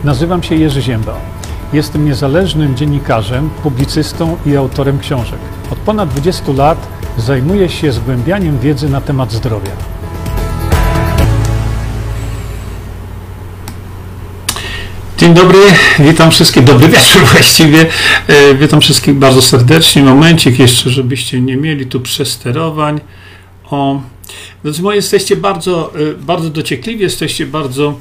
Nazywam się Jerzy Ziemba. Jestem niezależnym dziennikarzem, publicystą i autorem książek. Od ponad 20 lat zajmuję się zgłębianiem wiedzy na temat zdrowia. Dzień dobry, witam wszystkich, dobry wieczór właściwie, witam wszystkich bardzo serdecznie. Momencik jeszcze, żebyście nie mieli tu przesterowań. Drodzy moi, jesteście bardzo dociekliwi, jesteście bardzo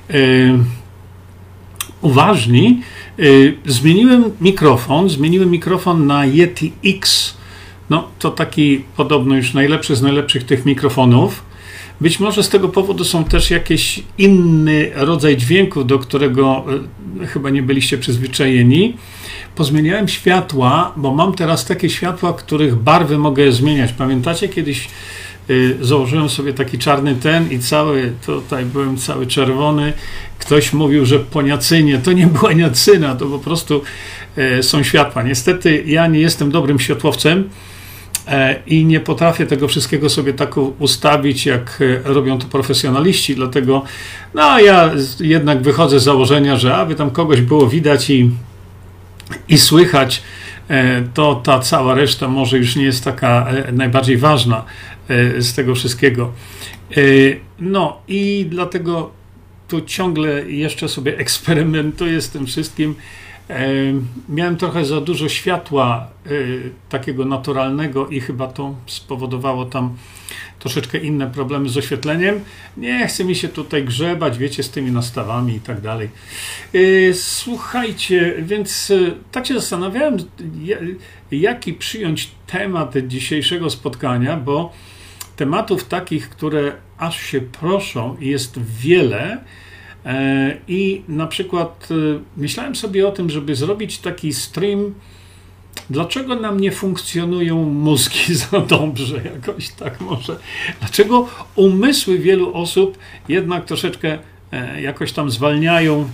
uważni. Zmieniłem mikrofon na Yeti X. No to taki podobno już najlepszy z najlepszych tych mikrofonów. Być może z tego powodu są też jakiś inny rodzaj dźwięku, do którego chyba nie byliście przyzwyczajeni. Pozmieniałem światła, bo mam teraz takie światła, których barwy mogę zmieniać. Pamiętacie, kiedyś założyłem sobie taki czarny ten i tutaj byłem cały czerwony. Ktoś mówił, że po niacynie. To nie była niacyna, to po prostu są światła. Niestety ja nie jestem dobrym światłowcem i nie potrafię tego wszystkiego sobie tak ustawić, jak robią to profesjonaliści, dlatego ja jednak wychodzę z założenia, że aby tam kogoś było widać i słychać, to ta cała reszta może już nie jest taka najbardziej ważna z tego wszystkiego. No i dlatego tu ciągle jeszcze sobie eksperymentuję z tym wszystkim. Miałem trochę za dużo światła takiego naturalnego i chyba to spowodowało tam troszeczkę inne problemy z oświetleniem. Nie chce mi się tutaj grzebać, wiecie, z tymi nastawami i tak dalej. Słuchajcie, więc tak się zastanawiałem, jaki przyjąć temat dzisiejszego spotkania, bo tematów takich, które aż się proszą, jest wiele. I na przykład myślałem sobie o tym, żeby zrobić taki stream, dlaczego nam nie funkcjonują mózgi za dobrze, jakoś tak może. Dlaczego umysły wielu osób jednak troszeczkę jakoś tam zwalniają.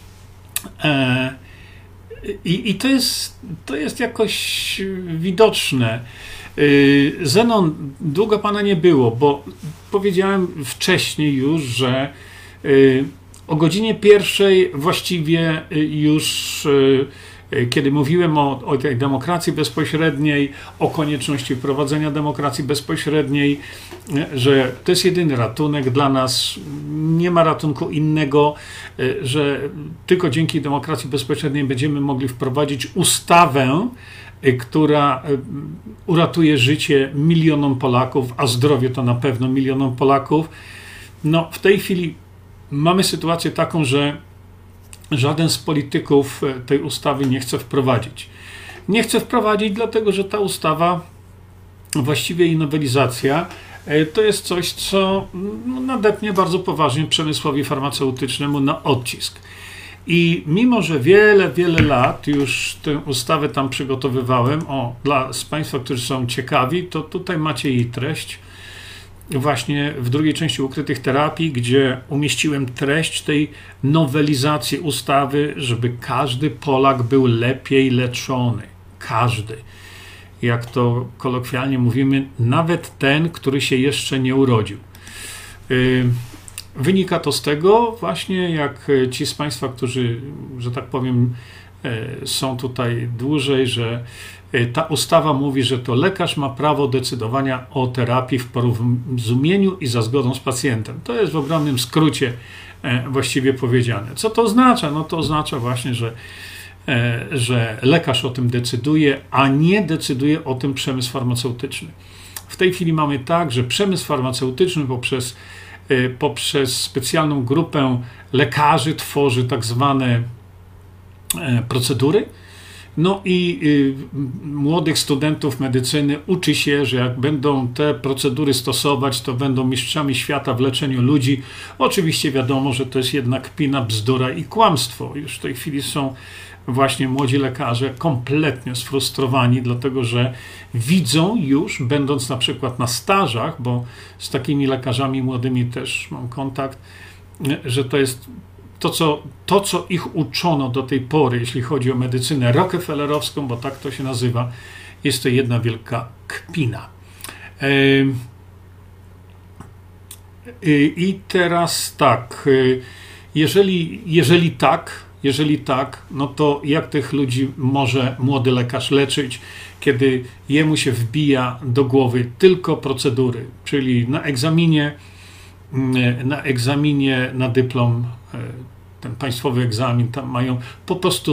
I to jest jakoś widoczne. Zenon, długo pana nie było, bo powiedziałem wcześniej już, że o godzinie 1:00 właściwie już, kiedy mówiłem o tej demokracji bezpośredniej, o konieczności wprowadzenia demokracji bezpośredniej, że to jest jedyny ratunek dla nas, nie ma ratunku innego, że tylko dzięki demokracji bezpośredniej będziemy mogli wprowadzić ustawę, która uratuje życie milionom Polaków, a zdrowie to na pewno milionom Polaków. No, w tej chwili mamy sytuację taką, że żaden z polityków tej ustawy nie chce wprowadzić. Nie chce wprowadzić, dlatego że ta ustawa, właściwie jej nowelizacja, to jest coś, co nadepnie bardzo poważnie przemysłowi farmaceutycznemu na odcisk. I mimo, że wiele lat już tę ustawę tam przygotowywałem, z Państwa, którzy są ciekawi, to tutaj macie jej treść. Właśnie w drugiej części ukrytych terapii, gdzie umieściłem treść tej nowelizacji ustawy, żeby każdy Polak był lepiej leczony. Każdy. Jak to kolokwialnie mówimy, nawet ten, który się jeszcze nie urodził. Wynika to z tego właśnie, jak ci z Państwa, którzy, że tak powiem, są tutaj dłużej, że ta ustawa mówi, że to lekarz ma prawo decydowania o terapii w porozumieniu i za zgodą z pacjentem. To jest w ogromnym skrócie właściwie powiedziane. Co to oznacza? No to oznacza właśnie, że lekarz o tym decyduje, a nie decyduje o tym przemysł farmaceutyczny. W tej chwili mamy tak, że przemysł farmaceutyczny poprzez specjalną grupę lekarzy tworzy tak zwane procedury. No i młodych studentów medycyny uczy się, że jak będą te procedury stosować, to będą mistrzami świata w leczeniu ludzi. Oczywiście wiadomo, że to jest jednak kpina, bzdura i kłamstwo. Już w tej chwili są właśnie młodzi lekarze kompletnie sfrustrowani, dlatego że widzą już, będąc na przykład na stażach, bo z takimi lekarzami młodymi też mam kontakt, że to jest to, co ich uczono do tej pory, jeśli chodzi o medycynę rockefellerowską, bo tak to się nazywa, jest to jedna wielka kpina. I teraz tak, jeżeli tak, no to jak tych ludzi może młody lekarz leczyć, kiedy jemu się wbija do głowy tylko procedury, czyli na dyplom, ten państwowy egzamin, tam mają po prostu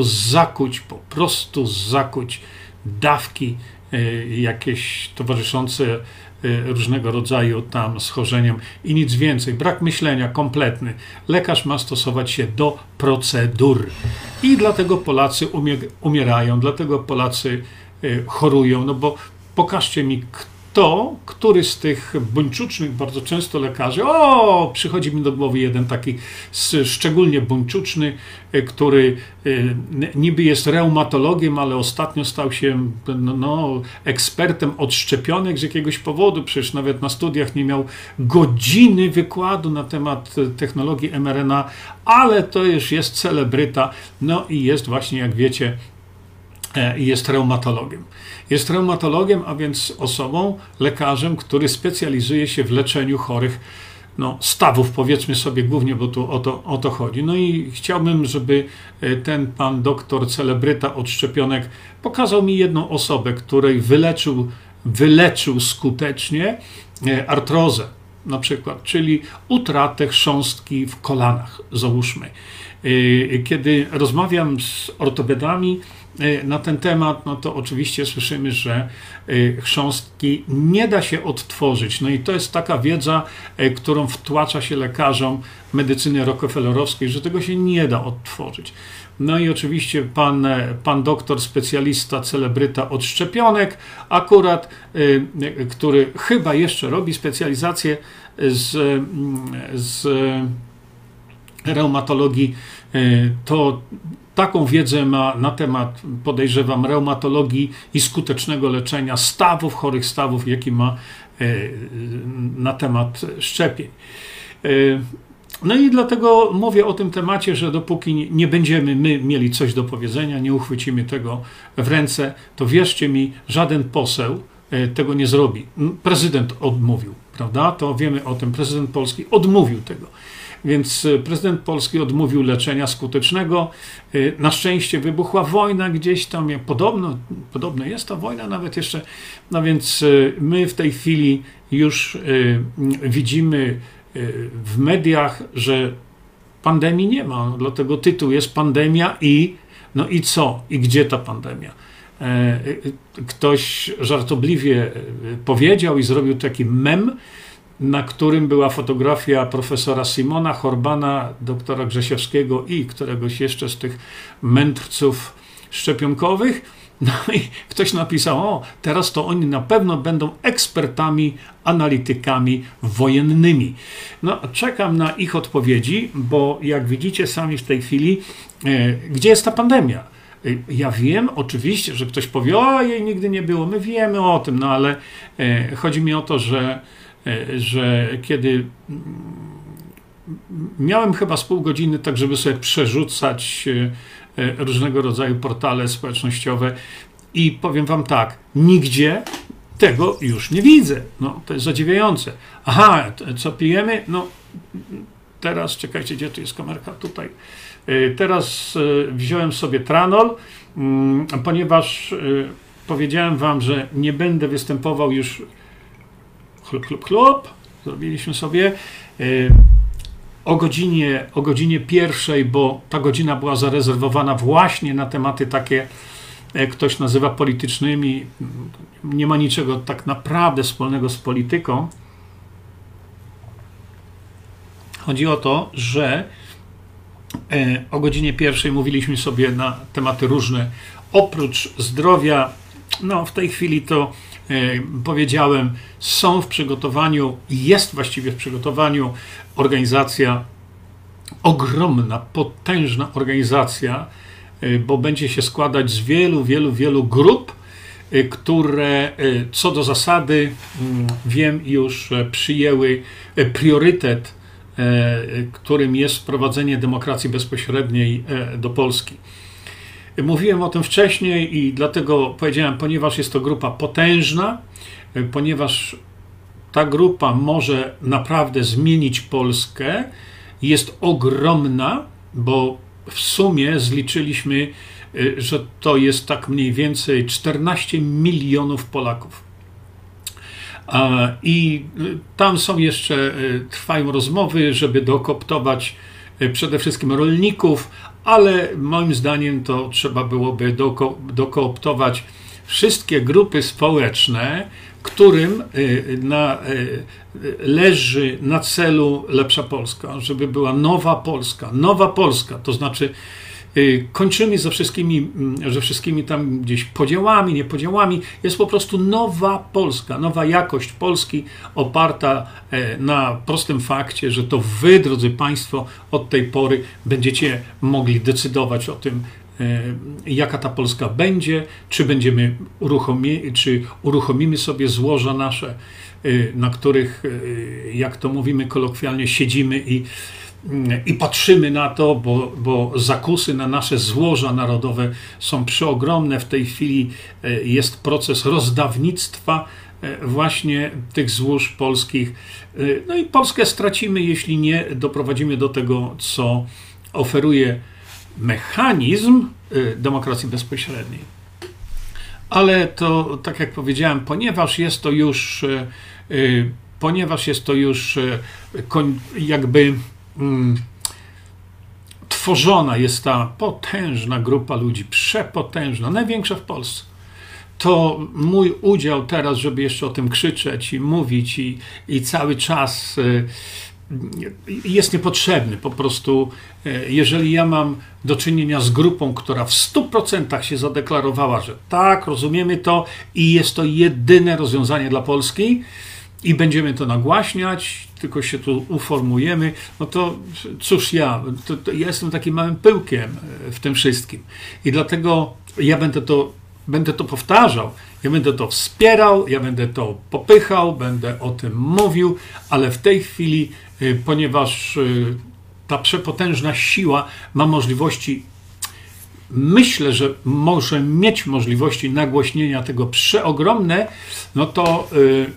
zakuć dawki jakieś towarzyszące różnego rodzaju tam schorzeniom i nic więcej. Brak myślenia kompletny. Lekarz ma stosować się do procedur. I dlatego Polacy umierają, dlatego Polacy chorują, no bo pokażcie mi, który z tych buńczucznych bardzo często lekarzy, przychodzi mi do głowy jeden taki szczególnie buńczuczny, który niby jest reumatologiem, ale ostatnio stał się ekspertem od szczepionek z jakiegoś powodu, przecież nawet na studiach nie miał godziny wykładu na temat technologii mRNA, ale to już jest celebryta, no i jest właśnie, jak wiecie, jest reumatologiem. Jest reumatologiem, a więc osobą, lekarzem, który specjalizuje się w leczeniu chorych stawów, powiedzmy sobie głównie, bo tu o to chodzi. No i chciałbym, żeby ten pan doktor celebryta od szczepionek pokazał mi jedną osobę, której wyleczył skutecznie artrozę na przykład, czyli utratę chrząstki w kolanach, załóżmy. Kiedy rozmawiam z ortopedami na ten temat, no to oczywiście słyszymy, że chrząstki nie da się odtworzyć. No i to jest taka wiedza, którą wtłacza się lekarzom medycyny rockefellerowskiej, że tego się nie da odtworzyć. No i oczywiście pan doktor, specjalista, celebryta od szczepionek, akurat, który chyba jeszcze robi specjalizację z reumatologii, to taką wiedzę ma na temat, podejrzewam, reumatologii i skutecznego leczenia stawów, chorych stawów, jaki ma na temat szczepień. No i dlatego mówię o tym temacie, że dopóki nie będziemy my mieli coś do powiedzenia, nie uchwycimy tego w ręce, to wierzcie mi, żaden poseł tego nie zrobi. Prezydent odmówił, prawda? To wiemy o tym. Prezydent Polski odmówił tego. Więc prezydent Polski odmówił leczenia skutecznego. Na szczęście wybuchła wojna gdzieś tam. Podobno jest ta wojna nawet jeszcze. No więc my w tej chwili już widzimy w mediach, że pandemii nie ma. Dlatego tytuł jest Pandemia i co? I gdzie ta pandemia? Ktoś żartobliwie powiedział i zrobił taki mem, na którym była fotografia profesora Simona Horbana, doktora Grzesiewskiego i któregoś jeszcze z tych mędrców szczepionkowych. No i ktoś napisał, teraz to oni na pewno będą ekspertami, analitykami wojennymi. No, czekam na ich odpowiedzi, bo jak widzicie sami w tej chwili, gdzie jest ta pandemia? Ja wiem oczywiście, że ktoś powie, jej nigdy nie było, my wiemy o tym, no ale chodzi mi o to, że kiedy miałem chyba z pół godziny, tak żeby sobie przerzucać różnego rodzaju portale społecznościowe i powiem wam tak, nigdzie tego już nie widzę. No, to jest zadziwiające. Aha, co pijemy? No, teraz, czekajcie, gdzie tu jest kamerka? Tutaj. Teraz wziąłem sobie Tranol, ponieważ powiedziałem wam, że nie będę występował już chlub, zrobiliśmy sobie o godzinie pierwszej, bo ta godzina była zarezerwowana właśnie na tematy takie, ktoś nazywa politycznymi, nie ma niczego tak naprawdę wspólnego z polityką. Chodzi o to, że o godzinie pierwszej mówiliśmy sobie na tematy różne, oprócz zdrowia. No, w tej chwili to powiedziałem, są w przygotowaniu, jest właściwie w przygotowaniu organizacja, ogromna, potężna organizacja, bo będzie się składać z wielu grup, które co do zasady, wiem już, przyjęły priorytet, którym jest wprowadzenie demokracji bezpośredniej do Polski. Mówiłem o tym wcześniej i dlatego powiedziałem, ponieważ jest to grupa potężna, ponieważ ta grupa może naprawdę zmienić Polskę jest ogromna, bo w sumie zliczyliśmy, że to jest tak mniej więcej 14 milionów Polaków. I tam są jeszcze, trwają rozmowy, żeby dokooptować przede wszystkim rolników, ale moim zdaniem to trzeba byłoby dokooptować wszystkie grupy społeczne, którym leży na celu lepsza Polska, żeby była nowa Polska, to znaczy kończymy ze wszystkimi tam gdzieś podziałami, niepodziałami, jest po prostu nowa Polska, nowa jakość Polski oparta na prostym fakcie, że to wy, drodzy Państwo, od tej pory będziecie mogli decydować o tym, jaka ta Polska będzie, czy uruchomimy sobie złoża nasze, na których, jak to mówimy kolokwialnie, siedzimy i patrzymy na to, bo zakusy na nasze złoża narodowe są przeogromne. W tej chwili jest proces rozdawnictwa właśnie tych złóż polskich. No i Polskę stracimy, jeśli nie doprowadzimy do tego, co oferuje mechanizm demokracji bezpośredniej. Ale to, tak jak powiedziałem, ponieważ jest to już jakby tworzona jest ta potężna grupa ludzi, przepotężna, największa w Polsce, to mój udział teraz, żeby jeszcze o tym krzyczeć i mówić i cały czas jest niepotrzebny. Po prostu, jeżeli ja mam do czynienia z grupą, która w 100% się zadeklarowała, że tak, rozumiemy to i jest to jedyne rozwiązanie dla Polski i będziemy to nagłaśniać, tylko się tu uformujemy, no to cóż ja jestem takim małym pyłkiem w tym wszystkim. I dlatego ja będę to powtarzał, ja będę to wspierał, ja będę to popychał, będę o tym mówił, ale w tej chwili, ponieważ ta przepotężna siła ma możliwości, myślę, że może mieć możliwości nagłośnienia tego przeogromne, no to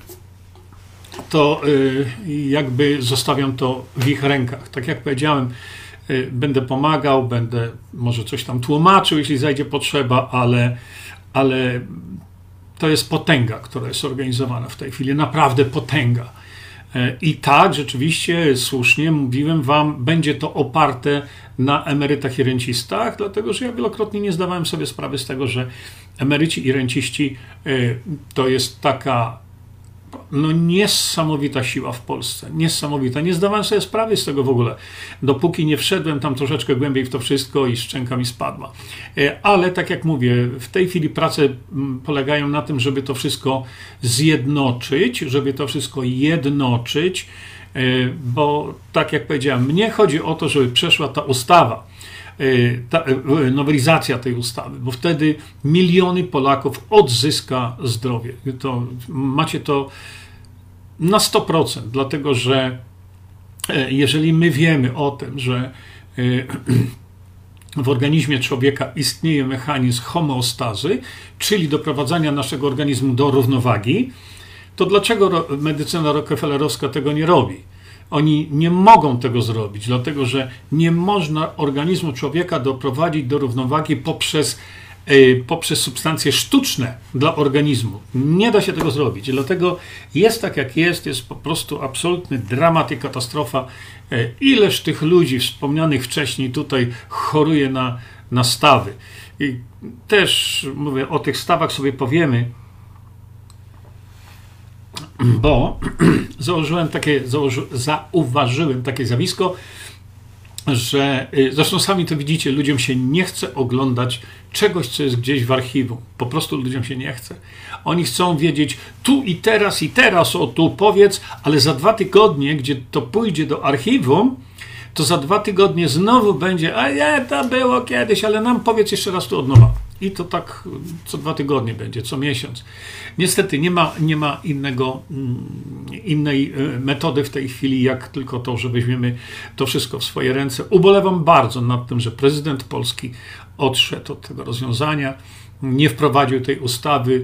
jakby zostawiam to w ich rękach. Tak jak powiedziałem, będę pomagał, będę może coś tam tłumaczył, jeśli zajdzie potrzeba, ale to jest potęga, która jest organizowana w tej chwili, naprawdę potęga. I tak, rzeczywiście, słusznie mówiłem wam, będzie to oparte na emerytach i rencistach, dlatego że ja wielokrotnie nie zdawałem sobie sprawy z tego, że emeryci i renciści to jest taka niesamowita siła w Polsce, niesamowita. Nie zdawałem sobie sprawy z tego w ogóle, dopóki nie wszedłem tam troszeczkę głębiej w to wszystko i szczęka mi spadła. Ale tak jak mówię, w tej chwili prace polegają na tym, żeby to wszystko zjednoczyć, bo tak jak powiedziałem, mnie chodzi o to, żeby przeszła ta ustawa, nowelizacja tej ustawy, bo wtedy miliony Polaków odzyska zdrowie. Macie to na 100%, dlatego że jeżeli my wiemy o tym, że w organizmie człowieka istnieje mechanizm homeostazy, czyli doprowadzania naszego organizmu do równowagi, to dlaczego medycyna rockefellerowska tego nie robi? Oni nie mogą tego zrobić, dlatego że nie można organizmu człowieka doprowadzić do równowagi poprzez substancje sztuczne dla organizmu. Nie da się tego zrobić. Dlatego jest tak, jak jest po prostu absolutny dramat i katastrofa. Ileż tych ludzi wspomnianych wcześniej tutaj choruje na stawy. I też, mówię, o tych stawach sobie bo zauważyłem takie zjawisko, że zresztą sami to widzicie, ludziom się nie chce oglądać czegoś, co jest gdzieś w archiwum. Po prostu ludziom się nie chce. Oni chcą wiedzieć tu i teraz, o tu powiedz, ale za 2 tygodnie, gdzie to pójdzie do archiwum, to za 2 tygodnie znowu będzie, a nie, to było kiedyś, ale nam powiedz jeszcze raz tu od nowa. I to tak co 2 tygodnie będzie, co miesiąc. Niestety nie ma innej metody w tej chwili, jak tylko to, że weźmiemy to wszystko w swoje ręce. Ubolewam bardzo nad tym, że prezydent Polski odszedł od tego rozwiązania, nie wprowadził tej ustawy,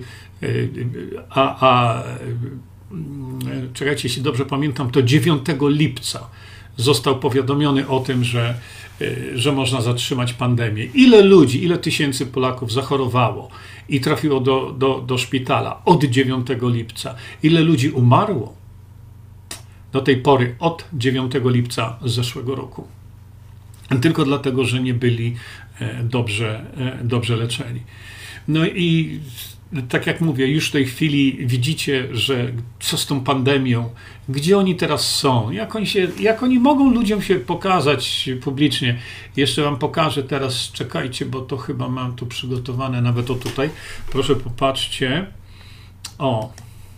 czekajcie, jeśli dobrze pamiętam, to 9 lipca został powiadomiony o tym, że można zatrzymać pandemię. Ile ludzi, ile tysięcy Polaków zachorowało i trafiło do szpitala od 9 lipca? Ile ludzi umarło do tej pory od 9 lipca zeszłego roku? Tylko dlatego, że nie byli dobrze leczeni. No i tak jak mówię, już w tej chwili widzicie, że co z tą pandemią, gdzie oni teraz są, jak oni mogą ludziom się pokazać publicznie. Jeszcze wam pokażę teraz, czekajcie, bo to chyba mam tu przygotowane, nawet o tutaj. Proszę popatrzcie. O.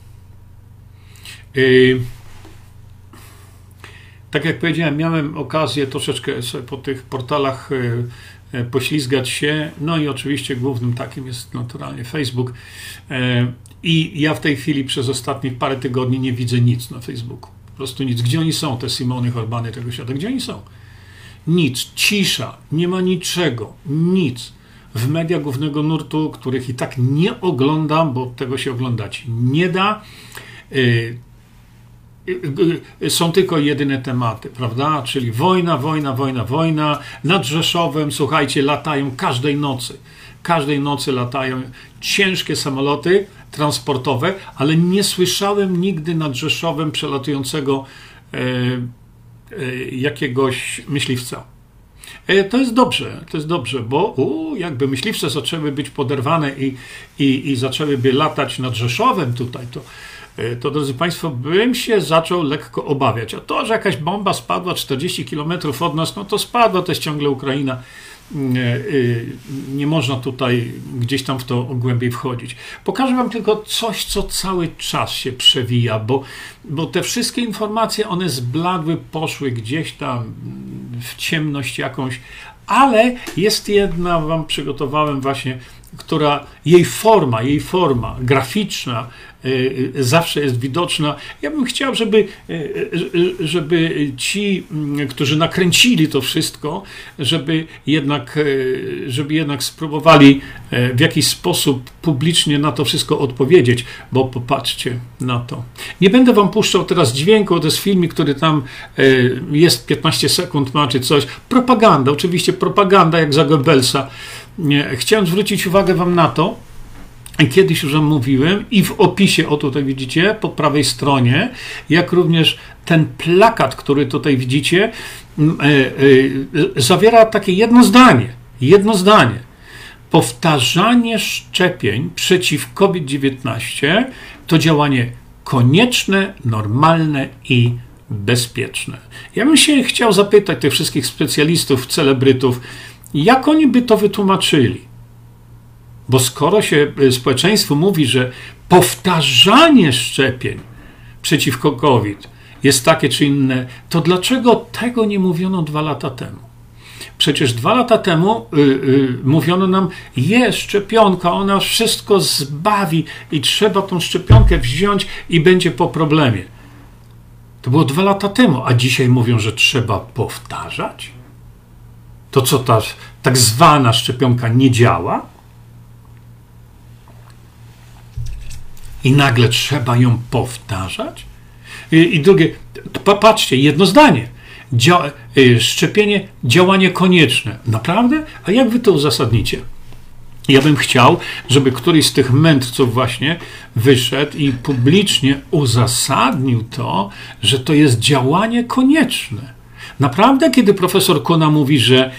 Tak jak powiedziałem, miałem okazję troszeczkę sobie po tych portalach poślizgać się, no i oczywiście głównym takim jest naturalnie Facebook. I ja w tej chwili przez ostatnich parę tygodni nie widzę nic na Facebooku. Po prostu nic. Gdzie oni są, te Simony, Horbany tego świata? Gdzie oni są? Nic. Cisza. Nie ma niczego. Nic. W mediach głównego nurtu, których i tak nie oglądam, bo tego się oglądać nie da, są tylko jedyne tematy, prawda? Czyli wojna, wojna, wojna, wojna. Nad Rzeszowem, słuchajcie, latają każdej nocy latają ciężkie samoloty transportowe, ale nie słyszałem nigdy nad Rzeszowem przelatującego jakiegoś myśliwca. To jest dobrze, bo jakby myśliwce zaczęły być poderwane i zaczęłyby latać nad Rzeszowem tutaj, to drodzy Państwo, bym się zaczął lekko obawiać. A to, że jakaś bomba spadła 40 km od nas, no to spadła, to jest ciągle Ukraina. Nie można tutaj gdzieś tam w to głębiej wchodzić. Pokażę wam tylko coś, co cały czas się przewija, bo te wszystkie informacje, one zbladły, poszły gdzieś tam w ciemność jakąś, ale jest jedna, wam przygotowałem właśnie, która jej forma graficzna zawsze jest widoczna. Ja bym chciał, żeby ci, którzy nakręcili to wszystko, żeby jednak spróbowali w jakiś sposób publicznie na to wszystko odpowiedzieć, bo popatrzcie na to. Nie będę wam puszczał teraz dźwięku, to jest filmik, który tam jest 15 sekund ma czy coś. Propaganda, oczywiście propaganda jak za Goebbelsa. Chciałem zwrócić uwagę wam na to, kiedyś już wam mówiłem i w opisie, o tutaj widzicie, po prawej stronie, jak również ten plakat, który tutaj widzicie, zawiera takie jedno zdanie. Powtarzanie szczepień przeciw COVID-19 to działanie konieczne, normalne i bezpieczne. Ja bym się chciał zapytać tych wszystkich specjalistów, celebrytów, jak oni by to wytłumaczyli? Bo skoro się społeczeństwu mówi, że powtarzanie szczepień przeciwko COVID jest takie czy inne, to dlaczego tego nie mówiono 2 lata temu? Przecież 2 lata temu mówiono nam, jest szczepionka, ona wszystko zbawi i trzeba tą szczepionkę wziąć i będzie po problemie. To było 2 lata temu, a dzisiaj mówią, że trzeba powtarzać? To co, ta tak zwana szczepionka nie działa? I nagle trzeba ją powtarzać? I drugie, patrzcie, jedno zdanie. Szczepienie, działanie konieczne. Naprawdę? A jak wy to uzasadnicie? Ja bym chciał, żeby któryś z tych mędrców właśnie wyszedł i publicznie uzasadnił to, że to jest działanie konieczne. Naprawdę, kiedy profesor Kuna mówi, że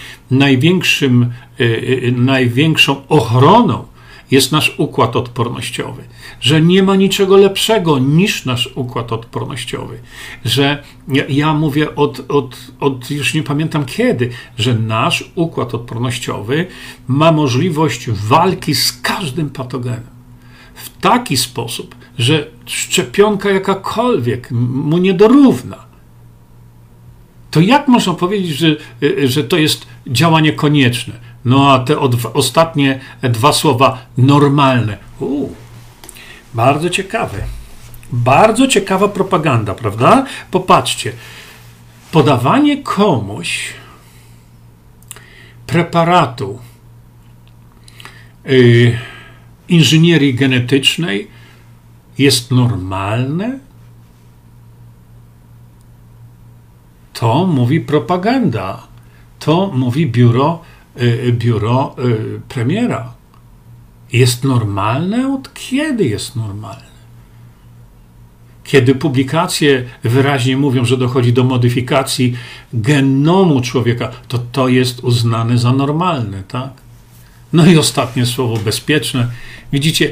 największą ochroną jest nasz układ odpornościowy, że nie ma niczego lepszego niż nasz układ odpornościowy, że ja mówię od już nie pamiętam kiedy, że nasz układ odpornościowy ma możliwość walki z każdym patogenem w taki sposób, że szczepionka jakakolwiek mu nie dorówna. To jak można powiedzieć, że to jest działanie konieczne? No a te ostatnie 2 słowa normalne. Bardzo ciekawe. Bardzo ciekawa propaganda, prawda? Popatrzcie. Podawanie komuś preparatu inżynierii genetycznej jest normalne? To mówi propaganda. To mówi biuro premiera. Jest normalne? Od kiedy jest normalne? Kiedy publikacje wyraźnie mówią, że dochodzi do modyfikacji genomu człowieka, to jest uznane za normalne, tak? No i ostatnie słowo, bezpieczne. Widzicie,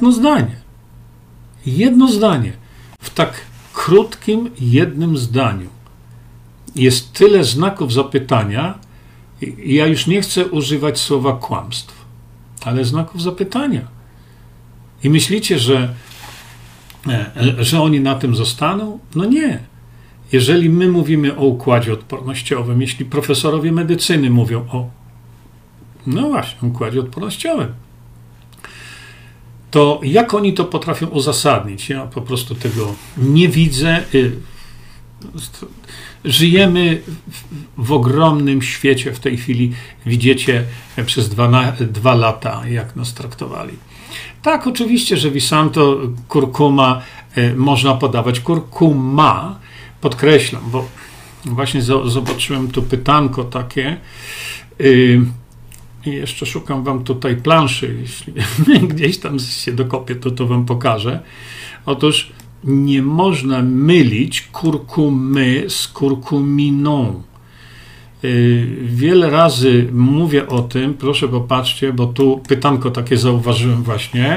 jedno zdanie, w tak krótkim jednym zdaniu jest tyle znaków zapytania. Ja już nie chcę używać słowa kłamstw, ale znaków zapytania. I myślicie, że oni na tym zostaną? No nie. Jeżeli my mówimy o układzie odpornościowym, jeśli profesorowie medycyny mówią o, no właśnie, układzie odpornościowym, to jak oni to potrafią uzasadnić? Ja po prostu tego nie widzę. Żyjemy w ogromnym świecie w tej chwili. Widzicie przez 2 lata, jak nas traktowali. Tak, oczywiście, że Visanto, kurkuma, można podawać kurkuma, podkreślam, bo właśnie zobaczyłem tu pytanko takie i jeszcze szukam wam tutaj planszy, jeśli gdzieś tam się dokopię, to wam pokażę. Otóż nie można mylić kurkumy z kurkuminą. Wiele razy mówię o tym, proszę popatrzcie, bo tu pytanko takie zauważyłem właśnie.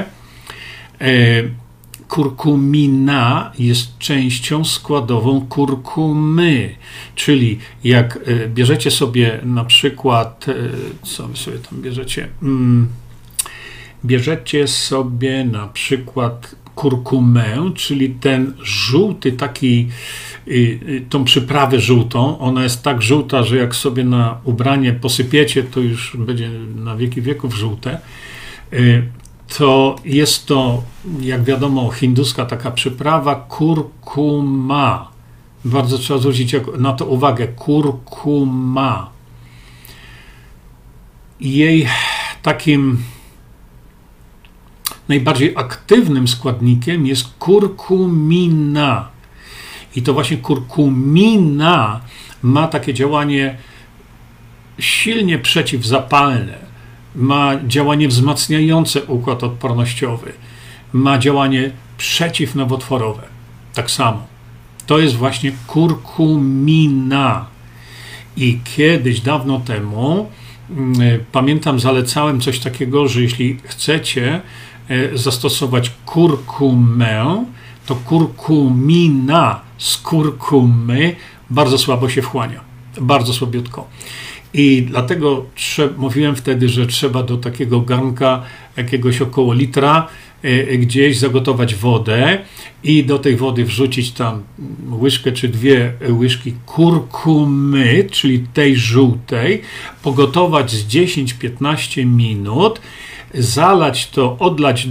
Kurkumina jest częścią składową kurkumy, czyli jak bierzecie sobie na przykład, co wy sobie tam bierzecie? Bierzecie sobie na przykład kurkumę, czyli ten żółty taki, tą przyprawę żółtą, ona jest tak żółta, że jak sobie na ubranie posypiecie, to już będzie na wieki wieków żółte. To jest to, jak wiadomo, hinduska taka przyprawa kurkuma. Bardzo trzeba zwrócić na to uwagę. Kurkuma. Jej takim najbardziej aktywnym składnikiem jest kurkumina. I to właśnie kurkumina ma takie działanie silnie przeciwzapalne. Ma działanie wzmacniające układ odpornościowy, ma działanie przeciwnowotworowe. Tak samo. To jest właśnie kurkumina. I kiedyś, dawno temu, pamiętam, zalecałem coś takiego, że jeśli chcecie zastosować kurkumę, to kurkumina z kurkumy bardzo słabo się wchłania. Bardzo słabiutko. I dlatego mówiłem wtedy, że trzeba do takiego garnka jakiegoś około litra gdzieś zagotować wodę i do tej wody wrzucić tam łyżkę czy 2 łyżki kurkumy, czyli tej żółtej, pogotować z 10-15 minut, zalać to, odlać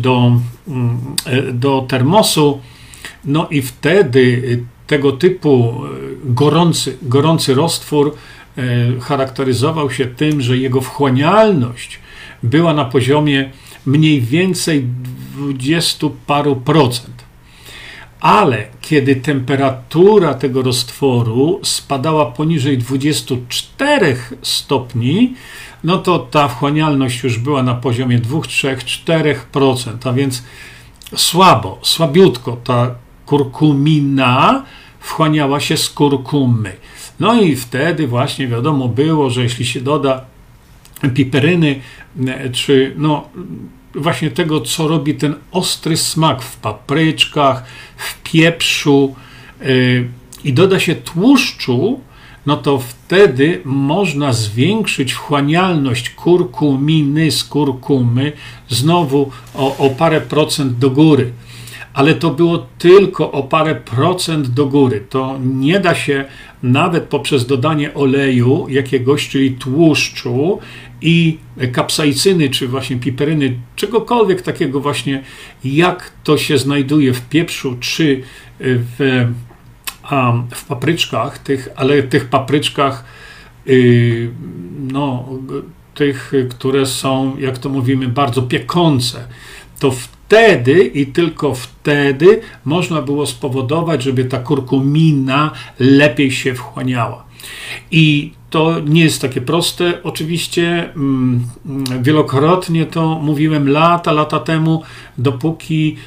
do termosu, no i wtedy tego typu gorący roztwór charakteryzował się tym, że jego wchłanialność była na poziomie mniej więcej 20 paru procent. Ale kiedy temperatura tego roztworu spadała poniżej 24 stopni, no to ta wchłanialność już była na poziomie 2, 3, 4%, a więc słabiutko ta kurkumina wchłaniała się z kurkumy. No i wtedy właśnie wiadomo było, że jeśli się doda piperyny, czy no właśnie tego, co robi ten ostry smak w papryczkach, w pieprzu i doda się tłuszczu, no to wtedy można zwiększyć wchłanialność kurkuminy z kurkumy znowu o parę procent do góry. Ale to było tylko o parę procent do góry. To nie da się nawet poprzez dodanie oleju jakiegoś, czyli tłuszczu i kapsaicyny, czy właśnie piperyny, czegokolwiek takiego właśnie, jak to się znajduje w pieprzu, czy w papryczkach, ale tych papryczkach, no, tych, które są, jak to mówimy, bardzo piekące, to wtedy i tylko wtedy można było spowodować, żeby ta kurkumina lepiej się wchłaniała. I to nie jest takie proste. Oczywiście wielokrotnie to mówiłem lata temu, dopóki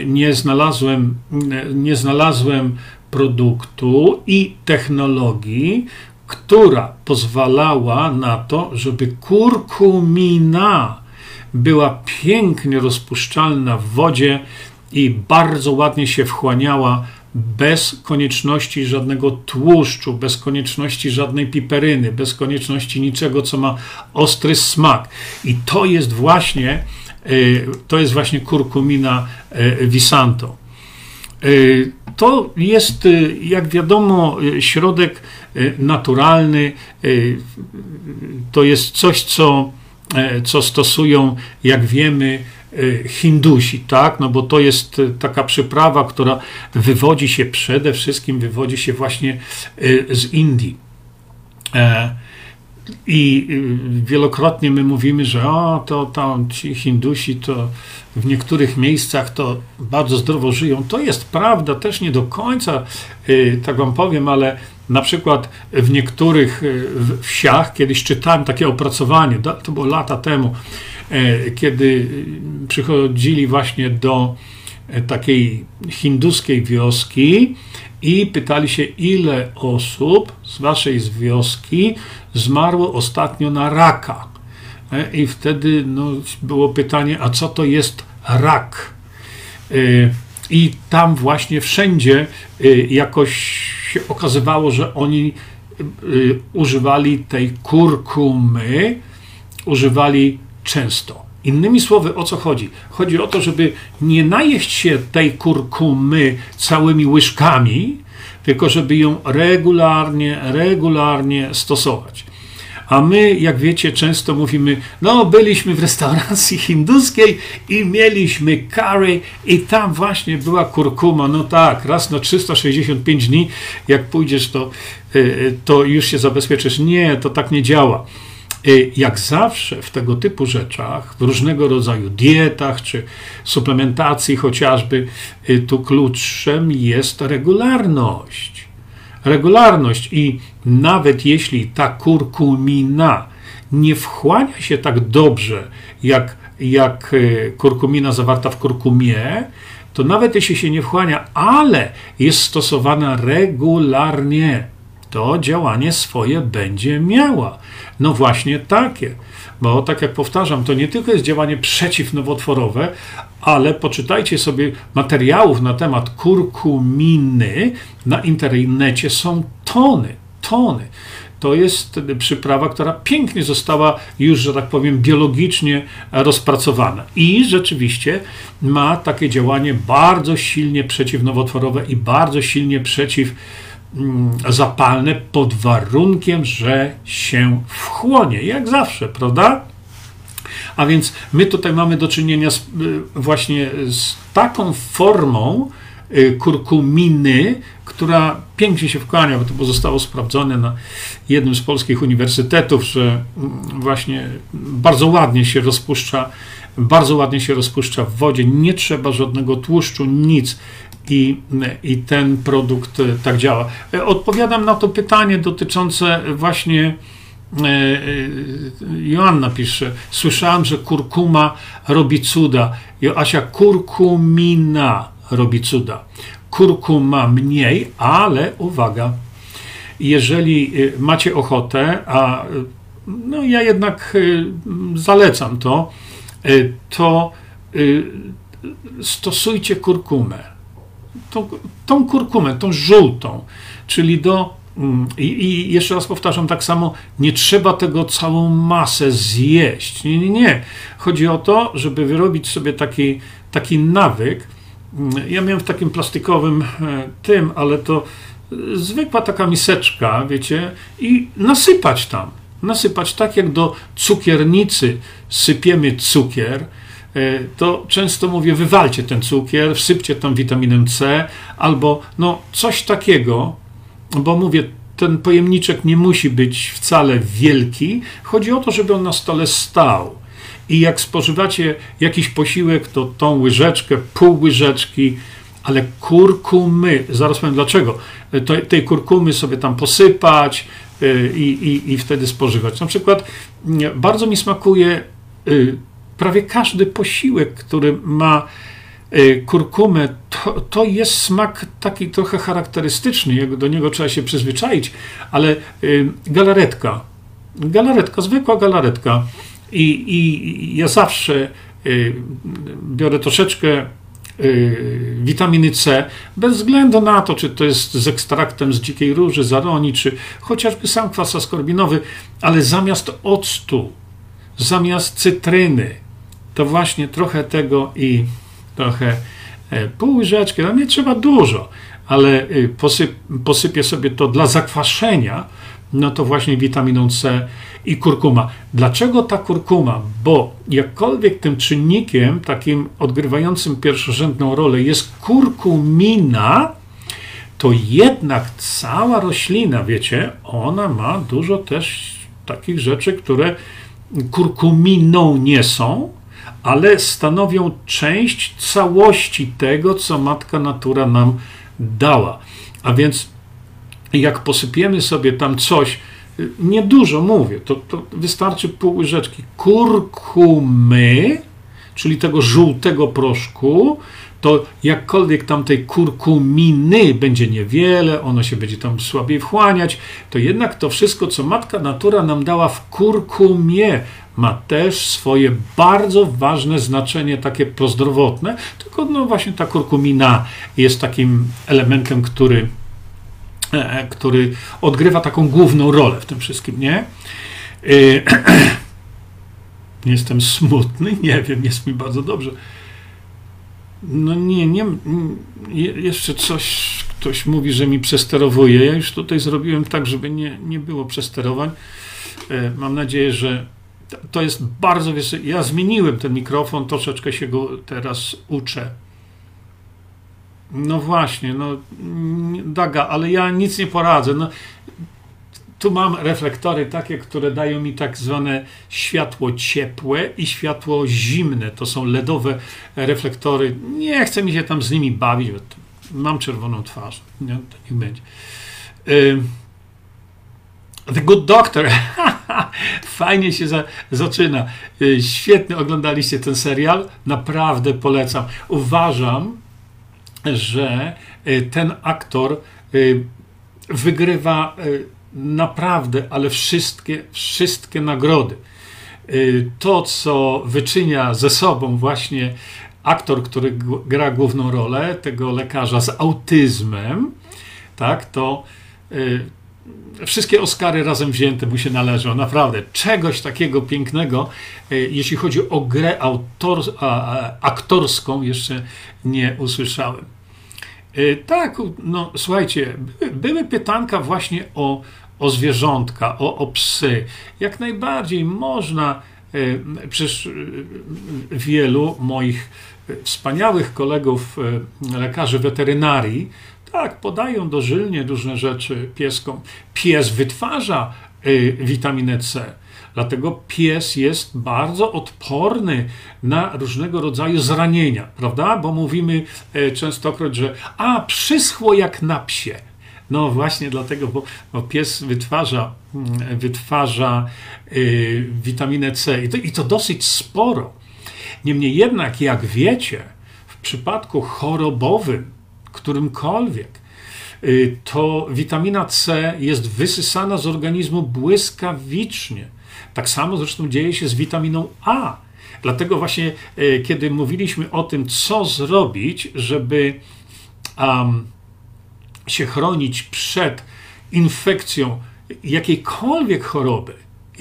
nie znalazłem produktu i technologii, która pozwalała na to, żeby kurkumina była pięknie rozpuszczalna w wodzie i bardzo ładnie się wchłaniała bez konieczności żadnego tłuszczu, bez konieczności żadnej piperyny, bez konieczności niczego, co ma ostry smak. I to jest właśnie kurkumina Visanto. To jest, jak wiadomo, środek naturalny. To jest coś, co stosują, jak wiemy, Hindusi, tak? No bo to jest taka przyprawa, która przede wszystkim wywodzi się właśnie z Indii. I wielokrotnie my mówimy, że ci Hindusi to w niektórych miejscach to bardzo zdrowo żyją. To jest prawda, też nie do końca, tak wam powiem, ale na przykład w niektórych wsiach, kiedyś czytałem takie opracowanie, to było lata temu, kiedy przychodzili właśnie do takiej hinduskiej wioski i pytali się, ile osób z waszej wioski zmarło ostatnio na raka. I wtedy było pytanie, a co to jest rak? I tam właśnie wszędzie jakoś się okazywało, że oni używali tej kurkumy, używali często. Innymi słowy, o co chodzi? Chodzi o to, żeby nie najeść się tej kurkumy całymi łyżkami, tylko żeby ją regularnie stosować. A my, jak wiecie, często mówimy, byliśmy w restauracji hinduskiej i mieliśmy curry i tam właśnie była kurkuma. No tak, raz na 365 dni, jak pójdziesz, to już się zabezpieczysz. Nie, to tak nie działa. Jak zawsze w tego typu rzeczach, w różnego rodzaju dietach czy suplementacji chociażby, tu kluczem jest regularność. I nawet jeśli ta kurkumina nie wchłania się tak dobrze jak kurkumina zawarta w kurkumie, to nawet jeśli się nie wchłania, ale jest stosowana regularnie, to działanie swoje będzie miała. No właśnie takie, bo tak jak powtarzam, to nie tylko jest działanie przeciwnowotworowe, ale poczytajcie sobie materiałów na temat kurkuminy, na internecie są tony. To jest przyprawa, która pięknie została już, że tak powiem, biologicznie rozpracowana i rzeczywiście ma takie działanie bardzo silnie przeciwnowotworowe i bardzo silnie przeciwzapalne pod warunkiem, że się wchłonie, jak zawsze, prawda? A więc my tutaj mamy do czynienia właśnie z taką formą kurkuminy, która pięknie się wchłania, bo to zostało sprawdzone na jednym z polskich uniwersytetów, że właśnie bardzo ładnie się rozpuszcza w wodzie, nie trzeba żadnego tłuszczu, nic. I ten produkt tak działa. Odpowiadam na to pytanie dotyczące właśnie, Joanna pisze, słyszałam, że kurkuma robi cuda. Joasia, kurkumina robi cuda. Kurkuma mniej, ale uwaga, jeżeli macie ochotę, a ja jednak zalecam to stosujcie kurkumę. Tą kurkumę, tą żółtą, czyli i jeszcze raz powtarzam, tak samo nie trzeba tego całą masę zjeść. Nie. Chodzi o to, żeby wyrobić sobie taki nawyk. Ja miałem w takim plastikowym ale to zwykła taka miseczka, wiecie, i nasypać tak jak do cukiernicy sypiemy cukier, to często mówię, wywalcie ten cukier, wsypcie tam witaminę C, albo coś takiego, bo mówię, ten pojemniczek nie musi być wcale wielki, chodzi o to, żeby on na stole stał. I jak spożywacie jakiś posiłek, to tą łyżeczkę, pół łyżeczki, ale kurkumy, zaraz powiem dlaczego, tej kurkumy sobie tam posypać, i wtedy spożywać. Na przykład bardzo mi smakuje prawie każdy posiłek, który ma kurkumę, to jest smak taki trochę charakterystyczny, do niego trzeba się przyzwyczaić, ale galaretka, zwykła galaretka i ja zawsze biorę troszeczkę witaminy C, bez względu na to, czy to jest z ekstraktem z dzikiej róży, z aronii, czy chociażby sam kwas askorbinowy, ale zamiast octu, zamiast cytryny, to właśnie trochę tego i trochę pół łyżeczki, no nie trzeba dużo, ale posypię sobie to dla zakwaszenia, no to właśnie witaminą C i kurkuma. Dlaczego ta kurkuma? Bo jakkolwiek tym czynnikiem takim odgrywającym pierwszorzędną rolę jest kurkumina, to jednak cała roślina, wiecie, ona ma dużo też takich rzeczy, które kurkuminą nie są, ale stanowią część całości tego, co matka natura nam dała. A więc jak posypiemy sobie tam coś, niedużo mówię, to wystarczy pół łyżeczki kurkumy, czyli tego żółtego proszku, to jakkolwiek tam tej kurkuminy będzie niewiele, ono się będzie tam słabiej wchłaniać, to jednak to wszystko, co matka natura nam dała w kurkumie, ma też swoje bardzo ważne znaczenie, takie prozdrowotne, tylko no właśnie ta kurkumina jest takim elementem, który odgrywa taką główną rolę w tym wszystkim, nie? Jestem smutny, nie wiem, jest mi bardzo dobrze. No nie, jeszcze ktoś mówi, że mi przesterowuje. Ja już tutaj zrobiłem tak, żeby nie było przesterowań. Mam nadzieję, że to jest bardzo wysoki. Ja zmieniłem ten mikrofon, troszeczkę się go teraz uczę. No właśnie, no Daga, ale ja nic nie poradzę. No, tu mam reflektory takie, które dają mi tak zwane światło ciepłe i światło zimne. To są LEDowe reflektory. Nie chcę mi się tam z nimi bawić, bo mam czerwoną twarz. Nie, to niech będzie. The Good Doctor. Fajnie się zaczyna. Świetnie oglądaliście ten serial. Naprawdę polecam. Uważam, że ten aktor wygrywa naprawdę, ale wszystkie nagrody. To, co wyczynia ze sobą właśnie aktor, który gra główną rolę, tego lekarza z autyzmem, tak, to wszystkie Oscary razem wzięte mu się należą. Naprawdę, czegoś takiego pięknego, jeśli chodzi o grę aktorską, jeszcze nie usłyszałem. Tak, no słuchajcie, były pytanka właśnie o zwierzątka, o psy. Jak najbardziej można, przecież wielu moich wspaniałych kolegów, lekarzy weterynarii, tak, podają dożylnie różne rzeczy pieskom. Pies wytwarza witaminę C. Dlatego pies jest bardzo odporny na różnego rodzaju zranienia, prawda? Bo mówimy częstokroć, że przyschło jak na psie. No właśnie dlatego, bo pies wytwarza witaminę C i to dosyć sporo. Niemniej jednak, jak wiecie, w przypadku chorobowym, którymkolwiek, to witamina C jest wysysana z organizmu błyskawicznie. Tak samo zresztą dzieje się z witaminą A. Dlatego właśnie, kiedy mówiliśmy o tym, co zrobić, żeby się chronić przed infekcją jakiejkolwiek choroby,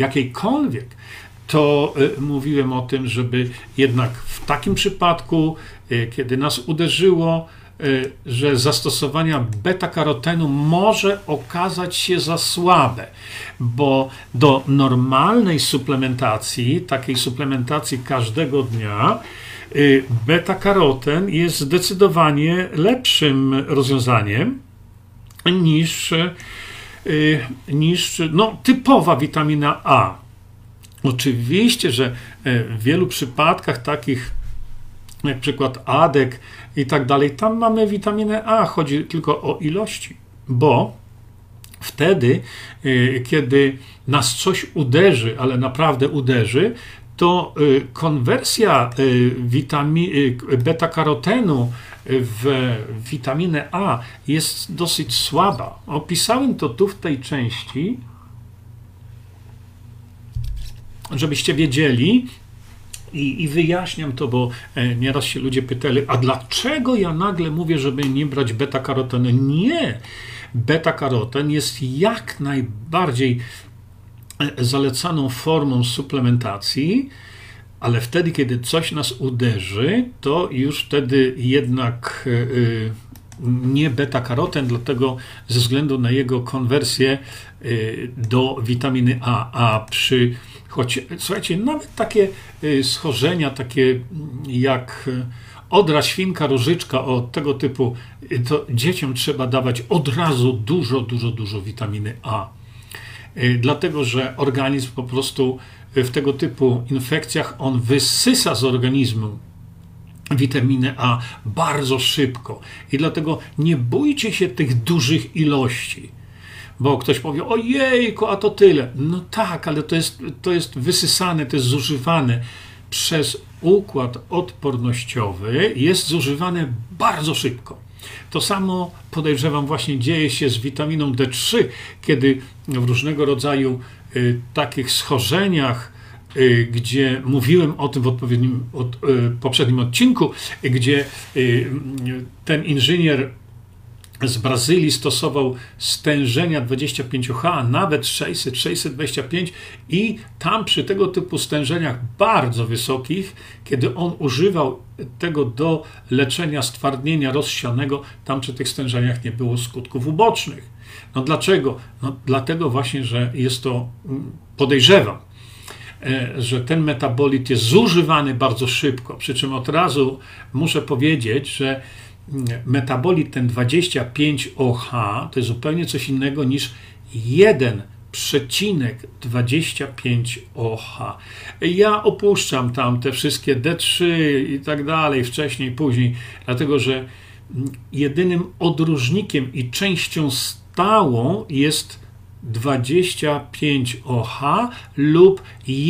to mówiłem o tym, żeby jednak w takim przypadku, kiedy nas uderzyło, że zastosowania beta-karotenu może okazać się za słabe, bo do normalnej suplementacji, takiej suplementacji każdego dnia, beta-karoten jest zdecydowanie lepszym rozwiązaniem niż typowa witamina A. Oczywiście, że w wielu przypadkach takich, jak przykład ADEK i tak dalej, tam mamy witaminę A, chodzi tylko o ilości, bo Wtedy, kiedy nas coś uderzy, ale naprawdę uderzy, to konwersja beta-karotenu w witaminę A jest dosyć słaba. Opisałem to tu w tej części, żebyście wiedzieli, i wyjaśniam to, bo nieraz się ludzie pytali, a dlaczego ja nagle mówię, żeby nie brać beta-karotenu? Nie! Beta-karoten jest jak najbardziej zalecaną formą suplementacji, ale wtedy, kiedy coś nas uderzy, to już wtedy jednak nie beta-karoten, dlatego ze względu na jego konwersję do witaminy A. Choć, słuchajcie, nawet takie schorzenia, takie jak odra, świnka, różyczka, o tego typu, to dzieciom trzeba dawać od razu dużo witaminy A. Dlatego, że organizm po prostu w tego typu infekcjach on wysysa z organizmu witaminę A bardzo szybko. I dlatego nie bójcie się tych dużych ilości. Bo ktoś powie, ojejku, a to tyle. No tak, ale to jest wysysane, to jest zużywane przez układ odpornościowy, jest zużywane bardzo szybko. To samo, podejrzewam, właśnie dzieje się z witaminą D3, kiedy w różnego rodzaju takich schorzeniach, gdzie mówiłem o tym w poprzednim odcinku, gdzie ten inżynier z Brazylii stosował stężenia 25H, a nawet 600, 625 i tam przy tego typu stężeniach bardzo wysokich, kiedy on używał tego do leczenia stwardnienia rozsianego, tam przy tych stężeniach nie było skutków ubocznych. No dlaczego? No dlatego właśnie, że jest to, podejrzewam, że ten metabolit jest zużywany bardzo szybko, przy czym od razu muszę powiedzieć, że metabolit ten 25OH to jest zupełnie coś innego niż 1,25OH. Ja opuszczam tam te wszystkie D3 i tak dalej, wcześniej, później, dlatego że jedynym odróżnikiem i częścią stałą jest 25OH lub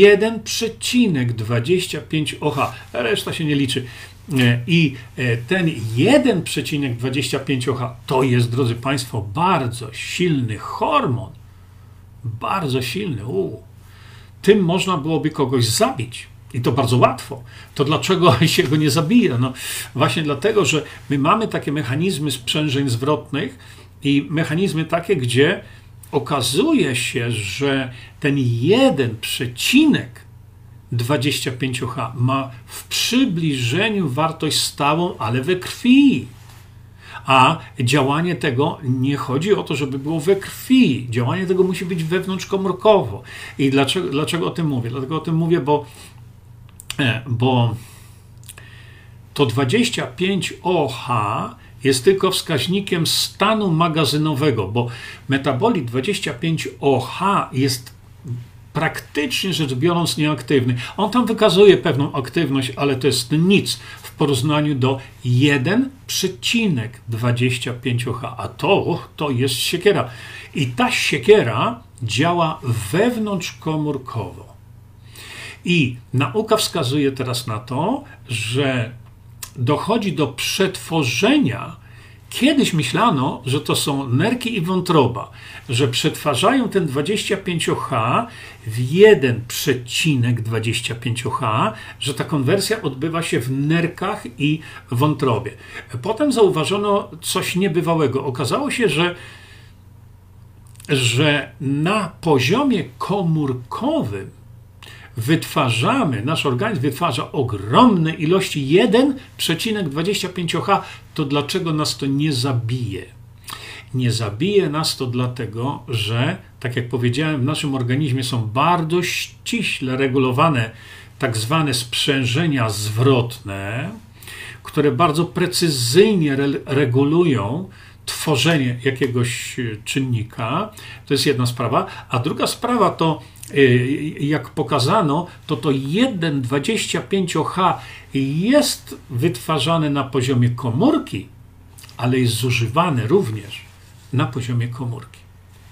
1,25OH. Reszta się nie liczy. I ten 1,25OH to jest, drodzy Państwo, bardzo silny hormon. Bardzo silny. Tym można byłoby kogoś zabić. I to bardzo łatwo. To dlaczego się go nie zabija? No właśnie dlatego, że my mamy takie mechanizmy sprzężeń zwrotnych i mechanizmy takie, gdzie okazuje się, że ten 1,25OH ma w przybliżeniu wartość stałą, ale we krwi. A działanie tego, nie chodzi o to, żeby było we krwi. Działanie tego musi być wewnątrzkomórkowo. I dlaczego o tym mówię? Dlatego o tym mówię, bo to 25OH jest tylko wskaźnikiem stanu magazynowego, bo metabolit 25OH jest praktycznie rzecz biorąc nieaktywny. On tam wykazuje pewną aktywność, ale to jest nic w porównaniu do 1,25OH, a to jest siekiera. I ta siekiera działa wewnątrzkomórkowo. I nauka wskazuje teraz na to, że dochodzi do przetworzenia. Kiedyś myślano, że to są nerki i wątroba, że przetwarzają ten 25OH w 1,25OH, że ta konwersja odbywa się w nerkach i wątrobie. Potem zauważono coś niebywałego. Okazało się, że na poziomie komórkowym nasz organizm wytwarza ogromne ilości 1,25OH, to dlaczego nas to nie zabije? Nie zabije nas to dlatego, że, tak jak powiedziałem, w naszym organizmie są bardzo ściśle regulowane tak zwane sprzężenia zwrotne, które bardzo precyzyjnie regulują tworzenie jakiegoś czynnika. To jest jedna sprawa. A druga sprawa to, jak pokazano, to 1,25OH jest wytwarzane na poziomie komórki, ale jest zużywane również na poziomie komórki.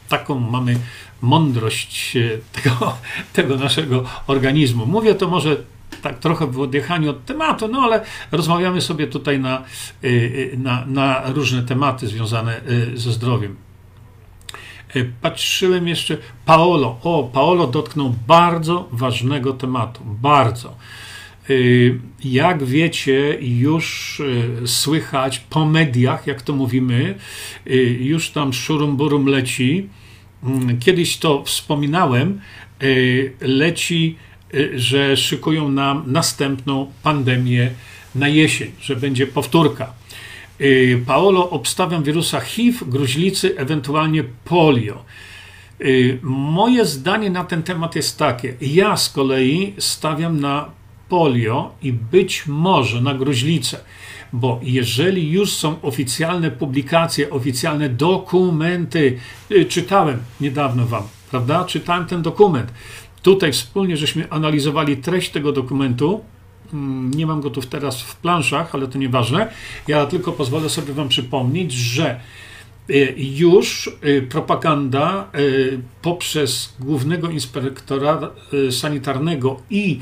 taką mamy mądrość tego naszego organizmu. Mówię to może tak trochę w odjechaniu od tematu, no ale rozmawiamy sobie tutaj na różne tematy związane ze zdrowiem. Patrzyłem jeszcze, Paolo dotknął bardzo ważnego tematu, bardzo. Jak wiecie, już słychać po mediach, jak to mówimy, już tam szurum burum leci. Kiedyś to wspominałem, leci, że szykują nam następną pandemię na jesień, że będzie powtórka. Paolo, obstawiam wirusa HIV, gruźlicy, ewentualnie polio. Moje zdanie na ten temat jest takie. Ja z kolei stawiam na polio i być może na gruźlicę, bo jeżeli już są oficjalne publikacje, oficjalne dokumenty, czytałem niedawno wam, prawda? Czytałem ten dokument. Tutaj wspólnie żeśmy analizowali treść tego dokumentu. Nie mam go tu teraz w planszach, ale to nieważne. Ja tylko pozwolę sobie wam przypomnieć, że już propaganda poprzez Głównego Inspektora Sanitarnego i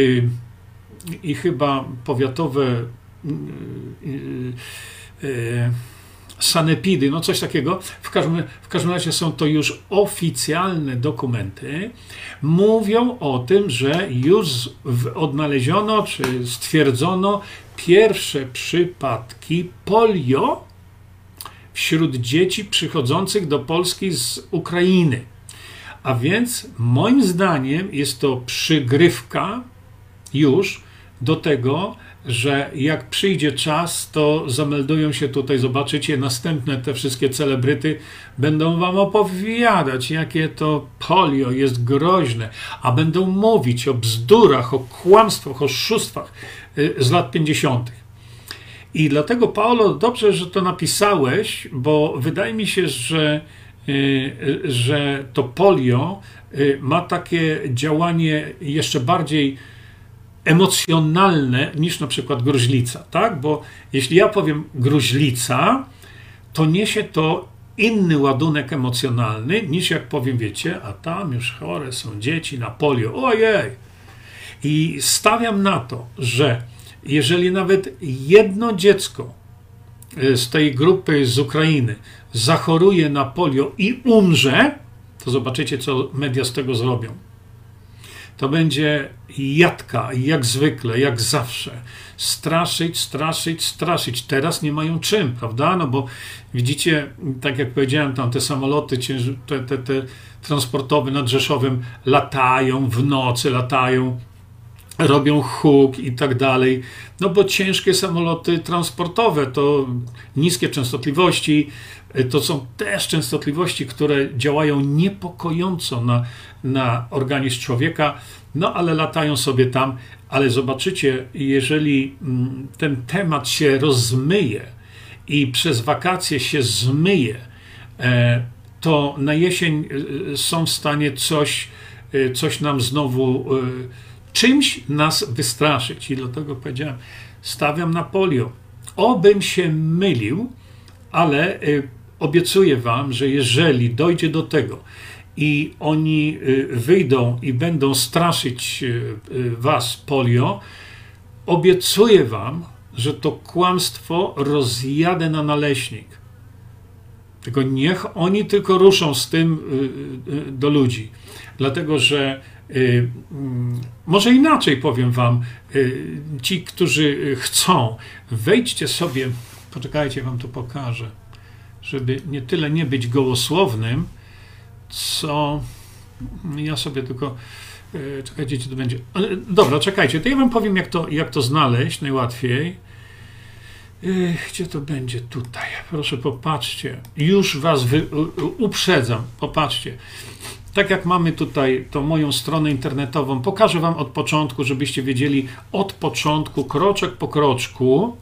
chyba powiatowe sanepidy, no coś takiego, w każdym razie są to już oficjalne dokumenty, mówią o tym, że już odnaleziono czy stwierdzono pierwsze przypadki polio wśród dzieci przychodzących do Polski z Ukrainy. A więc moim zdaniem jest to przygrywka już do tego, że jak przyjdzie czas, to zameldują się tutaj, zobaczycie, następne te wszystkie celebryty będą wam opowiadać, jakie to polio jest groźne, a będą mówić o bzdurach, o kłamstwach, o oszustwach z lat 50. I dlatego, Paolo, dobrze, że to napisałeś, bo wydaje mi się, że to polio ma takie działanie jeszcze bardziej emocjonalne niż na przykład gruźlica, tak? Bo jeśli ja powiem gruźlica, to niesie to inny ładunek emocjonalny niż jak powiem, wiecie, a tam już chore są dzieci na polio, ojej! I stawiam na to, że jeżeli nawet jedno dziecko z tej grupy z Ukrainy zachoruje na polio i umrze, to zobaczycie, co media z tego zrobią. To będzie jadka, jak zwykle, jak zawsze. Straszyć, straszyć, straszyć. Teraz nie mają czym, prawda? No bo widzicie, tak jak powiedziałem, tam te samoloty te transportowe nad Rzeszowem latają w nocy, latają, robią huk i tak dalej. No bo ciężkie samoloty transportowe to niskie częstotliwości, to są też częstotliwości, które działają niepokojąco na organizm człowieka, no ale latają sobie tam, ale zobaczycie, jeżeli ten temat się rozmyje i przez wakacje się zmyje, to na jesień są w stanie coś nam znowu, czymś nas wystraszyć. I dlatego powiedziałem, stawiam na polio. Obym się mylił, ale obiecuję wam, że jeżeli dojdzie do tego i oni wyjdą i będą straszyć was polio, obiecuję wam, że to kłamstwo rozjadę na naleśnik. Tylko niech oni tylko ruszą z tym do ludzi. Dlatego, że może inaczej powiem wam, ci, którzy chcą, wejdźcie sobie, poczekajcie, wam to pokażę, żeby nie tyle nie być gołosłownym, co ja sobie tylko, czekajcie, gdzie to będzie, dobra, czekajcie, to ja wam powiem, jak to znaleźć najłatwiej. Gdzie to będzie? Tutaj, proszę, popatrzcie, już was uprzedzam, popatrzcie. Tak jak mamy tutaj tą moją stronę internetową, pokażę wam od początku, żebyście wiedzieli od początku, kroczek po kroczku.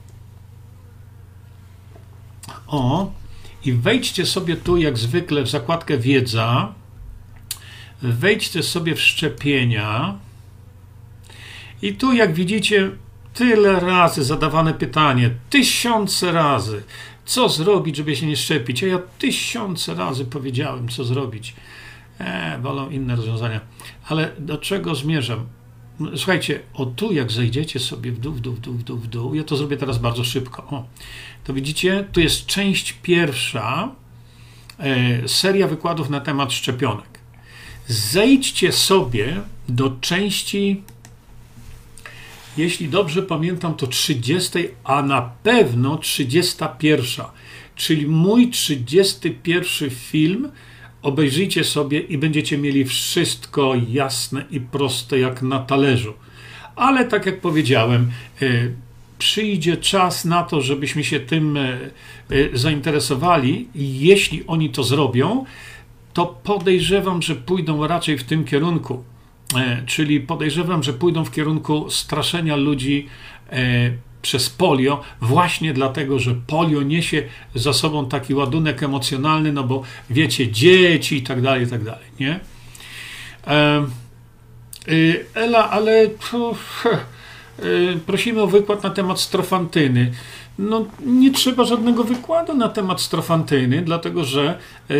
O, i wejdźcie sobie tu jak zwykle w zakładkę wiedza, wejdźcie sobie w szczepienia i tu jak widzicie tyle razy zadawane pytanie, 1000 razy, co zrobić, żeby się nie szczepić? A ja 1000 razy powiedziałem, co zrobić. Wolą inne rozwiązania. Ale do czego zmierzam? Słuchajcie, o tu jak zejdziecie sobie w dół, ja to zrobię teraz bardzo szybko. O, to widzicie, tu jest część pierwsza, seria wykładów na temat szczepionek. Zejdźcie sobie do części, jeśli dobrze pamiętam, to 30, a na pewno 31, czyli mój 31 film. Obejrzyjcie sobie i będziecie mieli wszystko jasne i proste jak na talerzu. Ale tak jak powiedziałem, przyjdzie czas na to, żebyśmy się tym zainteresowali i jeśli oni to zrobią, to podejrzewam, że pójdą raczej w tym kierunku. Czyli podejrzewam, że pójdą w kierunku straszenia ludzi przez polio, właśnie dlatego, że polio niesie za sobą taki ładunek emocjonalny, no bo wiecie, dzieci i tak dalej, nie? Ela, ale prosimy o wykład na temat strofantyny. No, nie trzeba żadnego wykładu na temat strofantyny, dlatego, że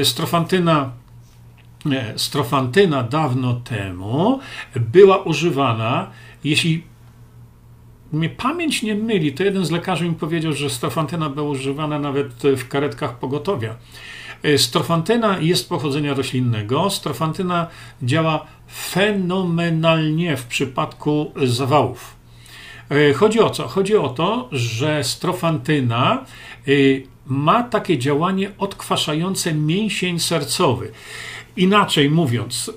strofantyna dawno temu była używana, jeśli mnie pamięć nie myli, to jeden z lekarzy mi powiedział, że strofantyna była używana nawet w karetkach pogotowia. Strofantyna jest pochodzenia roślinnego. Strofantyna działa fenomenalnie w przypadku zawałów. Chodzi o co? Chodzi o to, że strofantyna ma takie działanie odkwaszające mięsień sercowy. Inaczej mówiąc,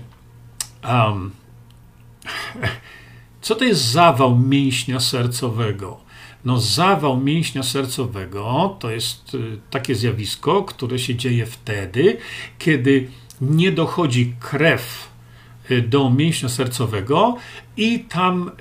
co to jest zawał mięśnia sercowego? No, zawał mięśnia sercowego to jest takie zjawisko, które się dzieje wtedy, kiedy nie dochodzi krew do mięśnia sercowego i tam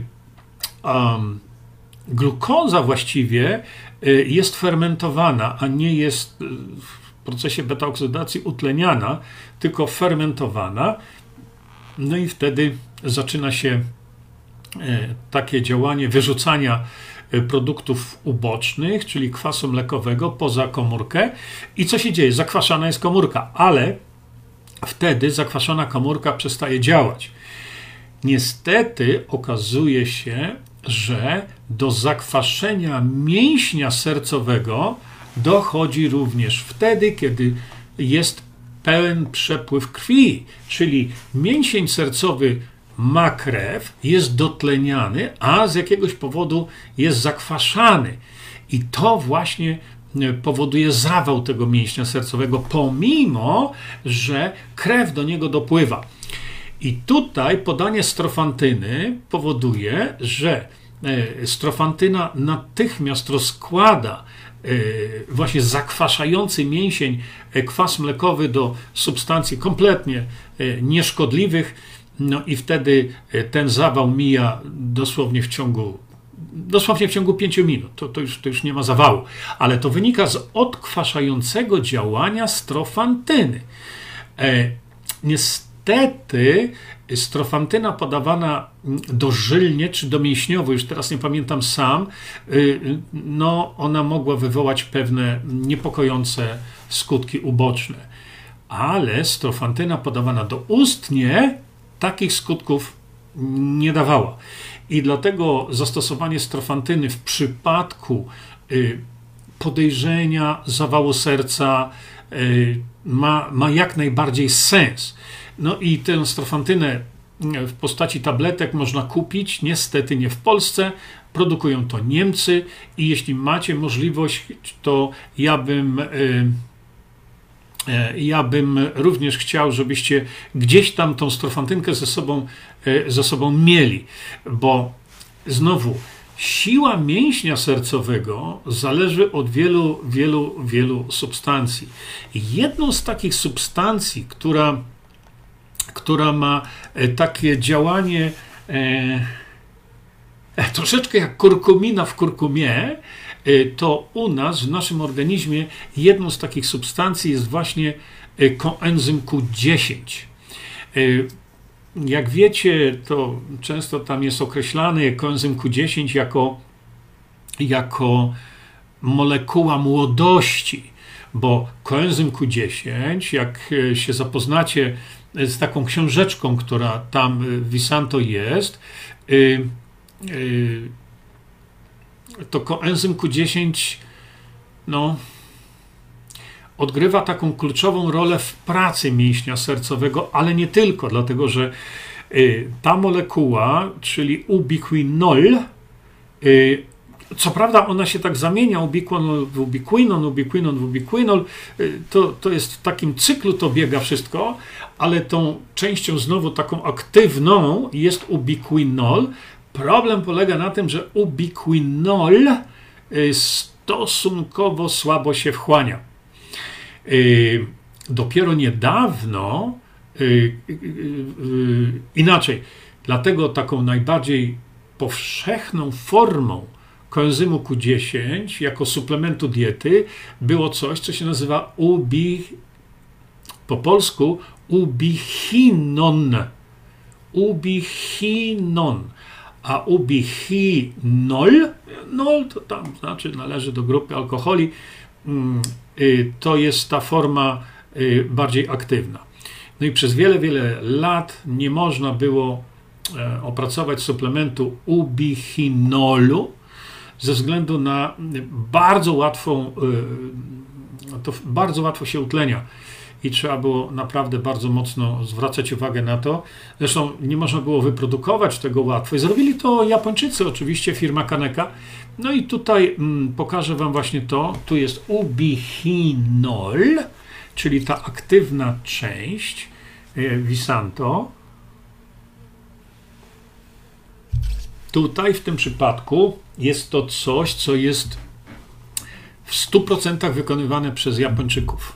glukoza właściwie jest fermentowana, a nie jest w procesie beta-oksydacji utleniana, tylko fermentowana. No i wtedy zaczyna się takie działanie wyrzucania produktów ubocznych, czyli kwasu mlekowego poza komórkę. I co się dzieje? Zakwaszana jest komórka, ale wtedy zakwaszona komórka przestaje działać. Niestety okazuje się, że do zakwaszenia mięśnia sercowego dochodzi również wtedy, kiedy jest pełen przepływ krwi, czyli mięsień sercowy ma krew, jest dotleniany, a z jakiegoś powodu jest zakwaszany. I to właśnie powoduje zawał tego mięśnia sercowego, pomimo że krew do niego dopływa. I tutaj podanie strofantyny powoduje, że strofantyna natychmiast rozkłada właśnie zakwaszający mięsień kwas mlekowy do substancji kompletnie nieszkodliwych. No i wtedy ten zawał mija dosłownie w ciągu 5 minut. To już nie ma zawału. Ale to wynika z odkwaszającego działania strofantyny. Niestety strofantyna podawana dożylnie czy domięśniowo, już teraz nie pamiętam sam, no ona mogła wywołać pewne niepokojące skutki uboczne. Ale strofantyna podawana doustnie takich skutków nie dawała. I dlatego zastosowanie strofantyny w przypadku podejrzenia zawału serca ma jak najbardziej sens. No i tę strofantynę w postaci tabletek można kupić, niestety nie w Polsce, produkują to Niemcy i jeśli macie możliwość, to ja bym również chciał, żebyście gdzieś tam tą strofantynkę ze sobą mieli, bo znowu siła mięśnia sercowego zależy od wielu substancji. Jedną z takich substancji, która ma takie działanie troszeczkę jak kurkumina w kurkumie, to u nas, w naszym organizmie, jedną z takich substancji jest właśnie koenzym Q10. Jak wiecie, to często tam jest określany koenzym Q10 jako molekuła młodości, bo koenzym Q10, jak się zapoznacie z taką książeczką, która tam w Visanto jest, to koenzym Q10 odgrywa taką kluczową rolę w pracy mięśnia sercowego, ale nie tylko, dlatego że ta molekuła, czyli ubiquinol, co prawda ona się tak zamienia, ubiquinol w ubiquinon, ubiquinon w ubiquinol, to jest w takim cyklu to biega wszystko, ale tą częścią znowu taką aktywną jest ubiquinol. Problem polega na tym, że ubiquinol stosunkowo słabo się wchłania. Dopiero niedawno, inaczej, dlatego taką najbardziej powszechną formą koenzymu Q10 jako suplementu diety było coś, co się nazywa po polsku ubichinon. Ubichinon. A ubichinol, to tam znaczy należy do grupy alkoholi, to jest ta forma bardziej aktywna. No i przez wiele, wiele lat nie można było opracować suplementu ubichinolu ze względu na bardzo łatwo się utlenia i trzeba było naprawdę bardzo mocno zwracać uwagę na to. Zresztą nie można było wyprodukować tego łatwo. I zrobili to Japończycy, oczywiście, firma Kaneka. No i tutaj pokażę wam właśnie to. Tu jest ubichinol, czyli ta aktywna część Visanto. Tutaj w tym przypadku jest to coś, co jest w 100% wykonywane przez Japończyków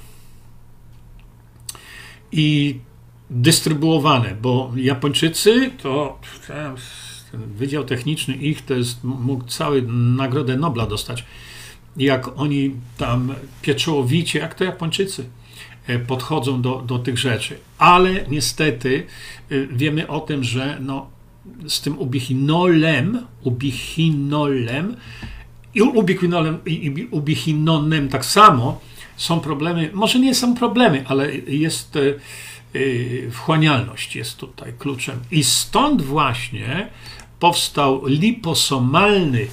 i dystrybuowane, bo Japończycy to ten Wydział Techniczny ich to jest, mógł całą Nagrodę Nobla dostać, jak oni tam pieczołowicie, jak to Japończycy podchodzą do tych rzeczy, ale niestety wiemy o tym, że z tym ubichinolem i ubichinonem tak samo są problemy, może nie są problemy, ale jest wchłanialność jest tutaj kluczem. I stąd właśnie powstał liposomalny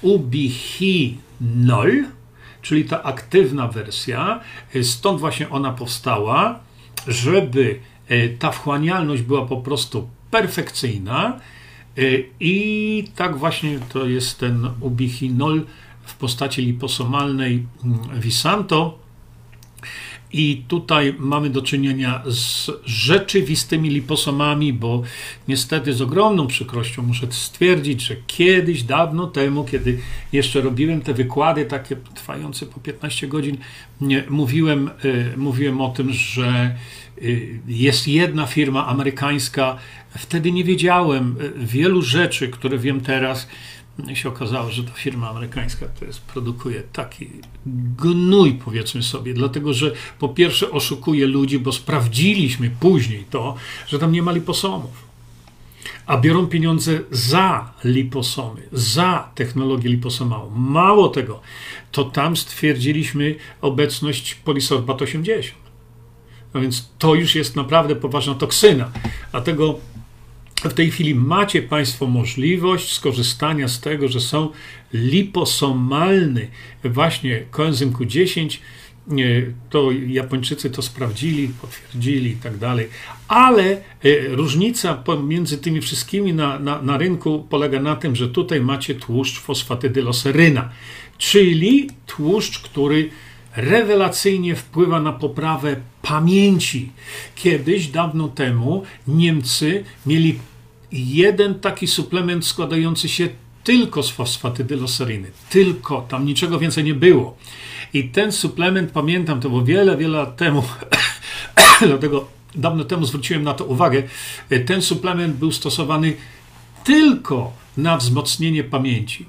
ubichinol, czyli ta aktywna wersja. Stąd właśnie ona powstała, żeby ta wchłanialność była po prostu perfekcyjna i tak właśnie to jest ten ubichinol w postaci liposomalnej Visanto. I tutaj mamy do czynienia z rzeczywistymi liposomami, bo niestety z ogromną przykrością muszę stwierdzić, że kiedyś, dawno temu, kiedy jeszcze robiłem te wykłady takie trwające po 15 godzin, mówiłem o tym, że jest jedna firma amerykańska. Wtedy nie wiedziałem wielu rzeczy, które wiem teraz. Się okazało, że ta firma amerykańska produkuje taki gnój, powiedzmy sobie, dlatego że po pierwsze oszukuje ludzi, bo sprawdziliśmy później to, że tam nie ma liposomów, a biorą pieniądze za liposomy, za technologię liposomałą. Mało tego, to tam stwierdziliśmy obecność polisorbat 80. No więc to już jest naprawdę poważna toksyna, dlatego w tej chwili macie Państwo możliwość skorzystania z tego, że są liposomalny właśnie koenzym Q10. To Japończycy to sprawdzili, potwierdzili i tak dalej. Ale różnica pomiędzy tymi wszystkimi na rynku polega na tym, że tutaj macie tłuszcz fosfatydyloseryna, czyli tłuszcz, który rewelacyjnie wpływa na poprawę pamięci. Kiedyś, dawno temu, Niemcy mieli jeden taki suplement składający się tylko z fosfatydyloseryny. Tylko, tam niczego więcej nie było. I ten suplement, pamiętam, to było wiele, wiele lat temu, dlatego dawno temu zwróciłem na to uwagę, ten suplement był stosowany tylko na wzmocnienie pamięci.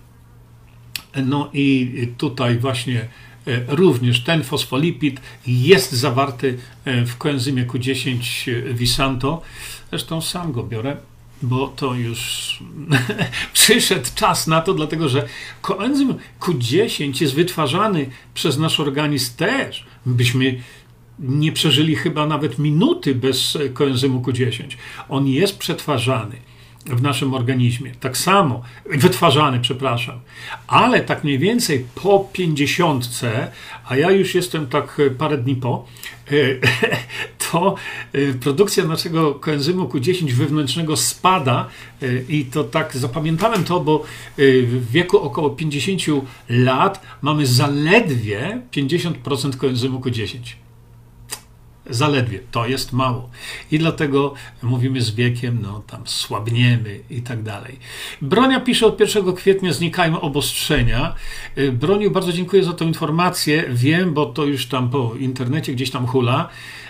No i tutaj właśnie również ten fosfolipid jest zawarty w koenzymie Q10 Visanto. Zresztą sam go biorę. bo to już przyszedł czas na to, dlatego że koenzym Q10 jest wytwarzany przez nasz organizm też. Byśmy nie przeżyli chyba nawet minuty bez koenzymu Q10. On jest przetwarzany w naszym organizmie. Tak samo, wytwarzany, przepraszam. Ale tak mniej więcej po 50, a ja już jestem tak parę dni po, to produkcja naszego koenzymu Q10 wewnętrznego spada i to tak zapamiętałem to, bo w wieku około 50 lat mamy zaledwie 50% koenzymu Q10. Zaledwie, to jest mało. I dlatego mówimy z wiekiem, no tam słabniemy i tak dalej. Bronia pisze, od 1 kwietnia znikają obostrzenia. Broniu, bardzo dziękuję za tę informację. Wiem, bo to już tam po internecie gdzieś tam hula.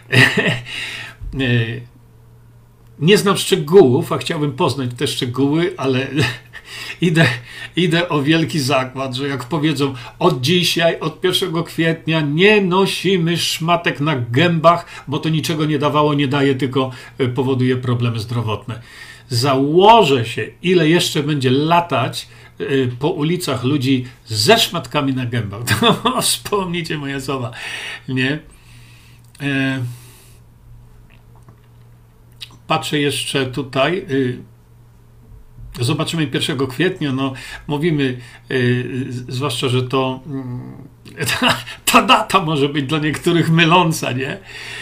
Nie znam szczegółów, a chciałbym poznać te szczegóły, ale idę o wielki zakład, że jak powiedzą od dzisiaj, od 1 kwietnia nie nosimy szmatek na gębach, bo to niczego nie dawało, nie daje, tylko powoduje problemy zdrowotne. Założę się, ile jeszcze będzie latać po ulicach ludzi ze szmatkami na gębach. To wspomnijcie moje słowa. Nie? Patrzę jeszcze tutaj. Zobaczymy 1 kwietnia, no mówimy, zwłaszcza, że to ta data może być dla niektórych myląca, nie?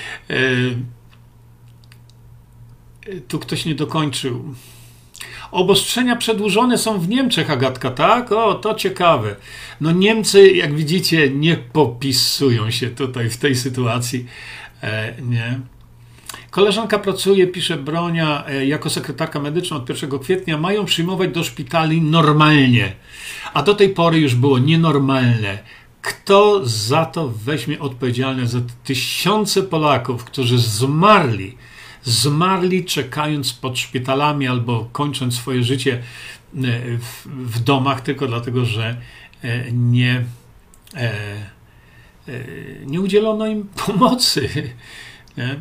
Tu ktoś nie dokończył. Obostrzenia przedłużone są w Niemczech, Agatka, tak? O, to ciekawe. No Niemcy, jak widzicie, nie popisują się tutaj w tej sytuacji, nie? Koleżanka pracuje, pisze Bronia, jako sekretarka medyczna od 1 kwietnia. Mają przyjmować do szpitali normalnie, a do tej pory już było nienormalne. Kto za to weźmie odpowiedzialność za tysiące Polaków, którzy zmarli czekając pod szpitalami albo kończąc swoje życie w domach tylko dlatego, że nie udzielono im pomocy. Nie?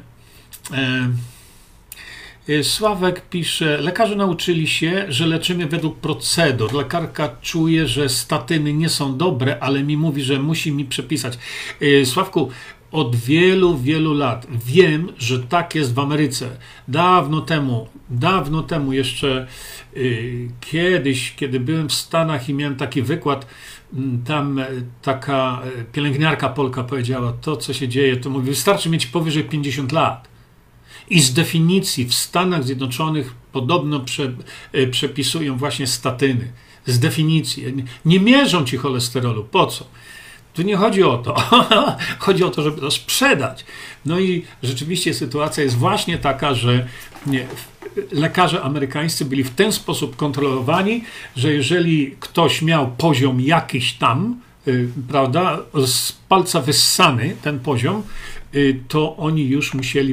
Sławek pisze, lekarze nauczyli się, że leczymy według procedur. Lekarka czuje, że statyny nie są dobre, ale mi mówi, że musi mi przepisać. Sławku, od wielu lat wiem, że tak jest w Ameryce. Dawno temu jeszcze kiedyś, kiedy byłem w Stanach i miałem taki wykład, tam taka pielęgniarka Polka powiedziała, to co się dzieje, to mówi, wystarczy mieć powyżej 50 lat. I z definicji w Stanach Zjednoczonych podobno przepisują właśnie statyny. Z definicji. Nie mierzą ci cholesterolu. Po co? Tu nie chodzi o to. Chodzi o to, żeby to sprzedać. No i rzeczywiście sytuacja jest właśnie taka, że lekarze amerykańscy byli w ten sposób kontrolowani, że jeżeli ktoś miał poziom jakiś tam, prawda, z palca wyssany ten poziom, to oni już musieli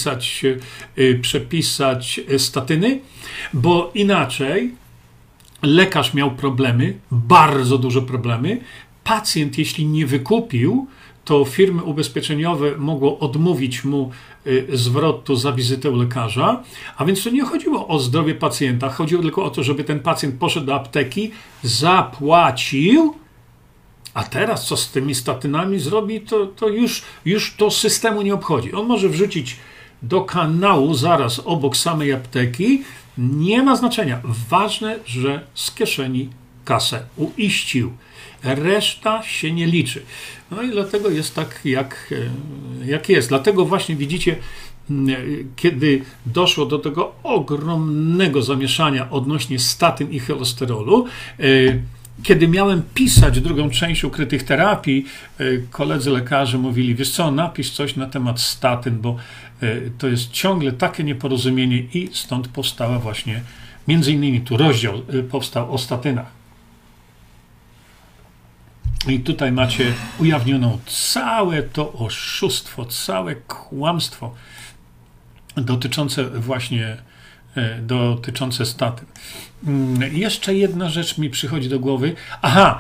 przepisać statyny, bo inaczej lekarz miał problemy, bardzo duże problemy. Pacjent, jeśli nie wykupił, to firmy ubezpieczeniowe mogło odmówić mu zwrotu za wizytę u lekarza, a więc to nie chodziło o zdrowie pacjenta, chodziło tylko o to, żeby ten pacjent poszedł do apteki, zapłacił, a teraz co z tymi statynami zrobi, to już to systemu nie obchodzi. On może wrzucić do kanału zaraz obok samej apteki, nie ma znaczenia. Ważne, że z kieszeni kasę uiścił. Reszta się nie liczy. No i dlatego jest tak, jak jest. Dlatego właśnie widzicie, kiedy doszło do tego ogromnego zamieszania odnośnie statyn i cholesterolu, kiedy miałem pisać drugą część ukrytych terapii, koledzy lekarze mówili, wiesz co, napisz coś na temat statyn, bo to jest ciągle takie nieporozumienie i stąd powstała właśnie, między innymi tu rozdział powstał o statynach. I tutaj macie ujawnioną całe to oszustwo, całe kłamstwo dotyczące statyn. Jeszcze jedna rzecz mi przychodzi do głowy. Aha,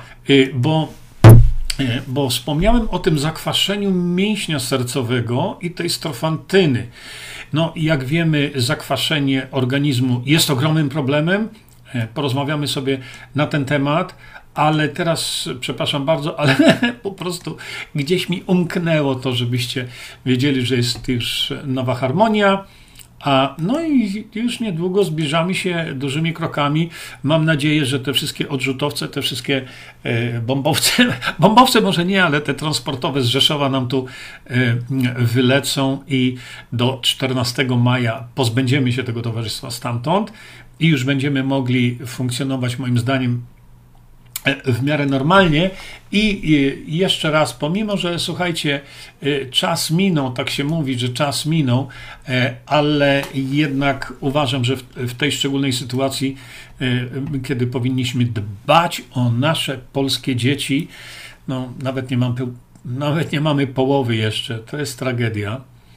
bo wspomniałem o tym zakwaszeniu mięśnia sercowego i tej strofantyny. No i jak wiemy, zakwaszenie organizmu jest ogromnym problemem. Porozmawiamy sobie na ten temat, ale teraz, przepraszam bardzo, ale po prostu gdzieś mi umknęło to, żebyście wiedzieli, że jest już nowa harmonia. No i już niedługo zbliżamy się dużymi krokami. Mam nadzieję, że te wszystkie odrzutowce, te wszystkie bombowce może nie, ale te transportowe z Rzeszowa nam tu wylecą i do 14 maja pozbędziemy się tego towarzystwa stamtąd i już będziemy mogli funkcjonować, moim zdaniem, w miarę normalnie. I jeszcze raz, pomimo że słuchajcie, czas minął, tak się mówi, że czas minął, ale jednak uważam, że w tej szczególnej sytuacji, kiedy powinniśmy dbać o nasze polskie dzieci, no nawet nie mamy połowy jeszcze, to jest tragedia.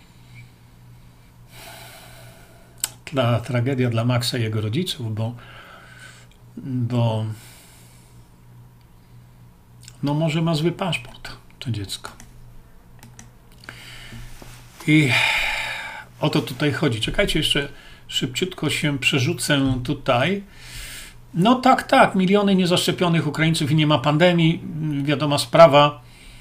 Tragedia dla Maxa i jego rodziców, bo no może ma zły paszport to dziecko. I o to tutaj chodzi. Czekajcie, jeszcze szybciutko się przerzucę tutaj. No tak, miliony niezaszczepionych Ukraińców i nie ma pandemii, wiadoma sprawa.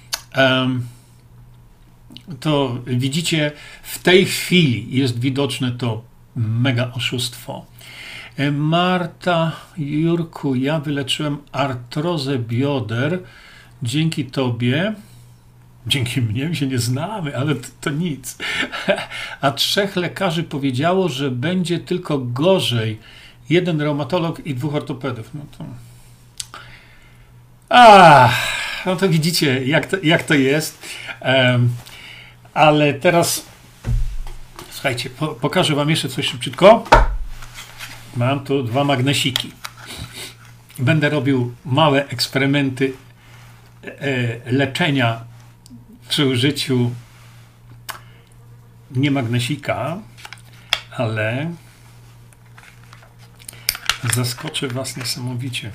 To widzicie, w tej chwili jest widoczne to mega oszustwo. Marta, Jurku, ja wyleczyłem artrozę bioder dzięki tobie. Dzięki mnie, my się nie znamy, ale to nic. A 3 lekarzy powiedziało, że będzie tylko gorzej. 1 reumatolog i 2 ortopedów. No to widzicie, jak to jest. Ale teraz słuchajcie, pokażę wam jeszcze coś szybciutko. Mam tu 2 magnesiki. Będę robił małe eksperymenty leczenia przy użyciu nie magnesika, ale zaskoczę was niesamowicie.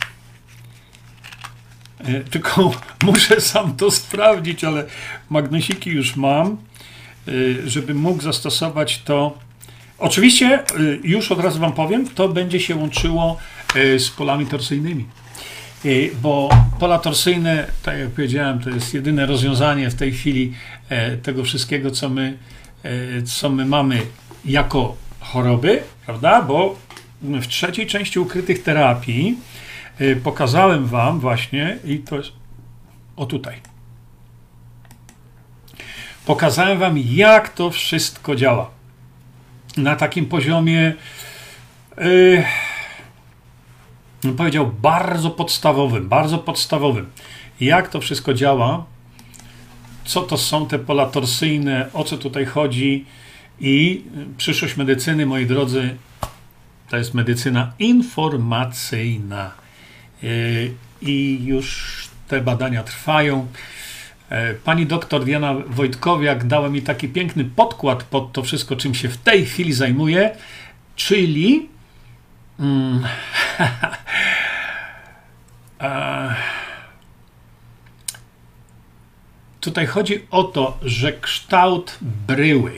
Tylko muszę sam to sprawdzić, ale magnesiki już mam, żebym mógł zastosować to. Oczywiście, już od razu wam powiem, to będzie się łączyło z polami torsyjnymi. Bo pola torsyjne, tak jak powiedziałem, to jest jedyne rozwiązanie w tej chwili tego wszystkiego, co my mamy jako choroby, prawda? Bo w 3. części ukrytych terapii pokazałem wam właśnie, i to jest o tutaj. Pokazałem wam, jak to wszystko działa. Na takim poziomie, powiedział, bardzo podstawowym. Jak to wszystko działa, co to są te pola torsyjne, o co tutaj chodzi i przyszłość medycyny, moi drodzy, to jest medycyna informacyjna. I już te badania trwają. Pani doktor Diana Wojtkowiak dała mi taki piękny podkład pod to wszystko, czym się w tej chwili zajmuję, czyli tutaj chodzi o to, że kształt bryły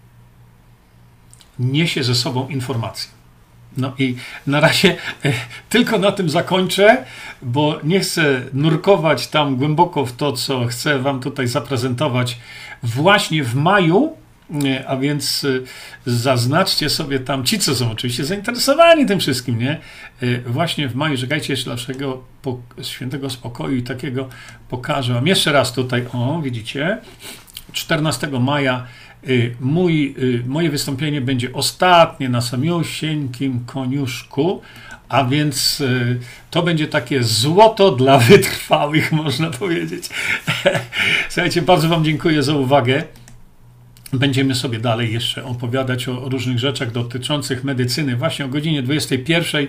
niesie ze sobą informację. No i na razie tylko na tym zakończę, bo nie chcę nurkować tam głęboko w to, co chcę wam tutaj zaprezentować właśnie w maju, a więc zaznaczcie sobie tam, ci co są oczywiście zainteresowani tym wszystkim, nie? Właśnie w maju, czekajcie, jeszcze naszego świętego spokoju i takiego pokażę wam jeszcze raz tutaj, o widzicie, 14 maja moje wystąpienie będzie ostatnie na samiusieńkim koniuszku, a więc to będzie takie złoto dla wytrwałych, można powiedzieć. Słuchajcie, bardzo wam dziękuję za uwagę. Będziemy sobie dalej jeszcze opowiadać o różnych rzeczach dotyczących medycyny. Właśnie o godzinie 21.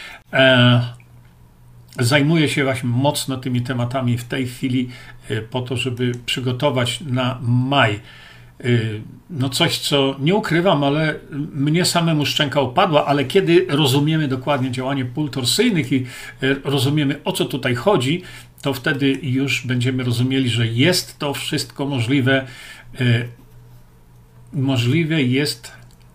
Zajmuję się właśnie mocno tymi tematami w tej chwili po to, żeby przygotować na maj no coś, co nie ukrywam, ale mnie samemu szczęka opadła, ale kiedy rozumiemy dokładnie działanie pól torsyjnych i rozumiemy, o co tutaj chodzi, to wtedy już będziemy rozumieli, że jest to wszystko możliwe. Możliwe jest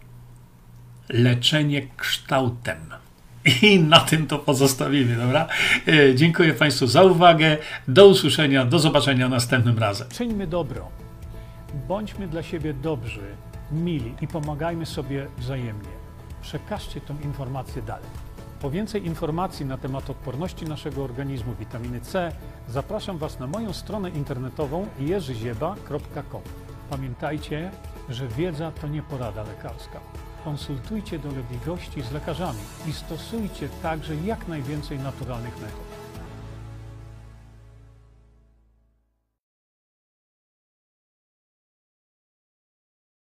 leczenie kształtem. I na tym to pozostawimy, dobra? Dziękuję Państwu za uwagę. Do usłyszenia, do zobaczenia następnym razem. Czyńmy dobro. Bądźmy dla siebie dobrzy, mili i pomagajmy sobie wzajemnie. Przekażcie tę informację dalej. Po więcej informacji na temat odporności naszego organizmu witaminy C zapraszam Was na moją stronę internetową jerzyzieba.com. Pamiętajcie, że wiedza to nie porada lekarska. Konsultujcie dolegliwości z lekarzami i stosujcie także jak najwięcej naturalnych metod.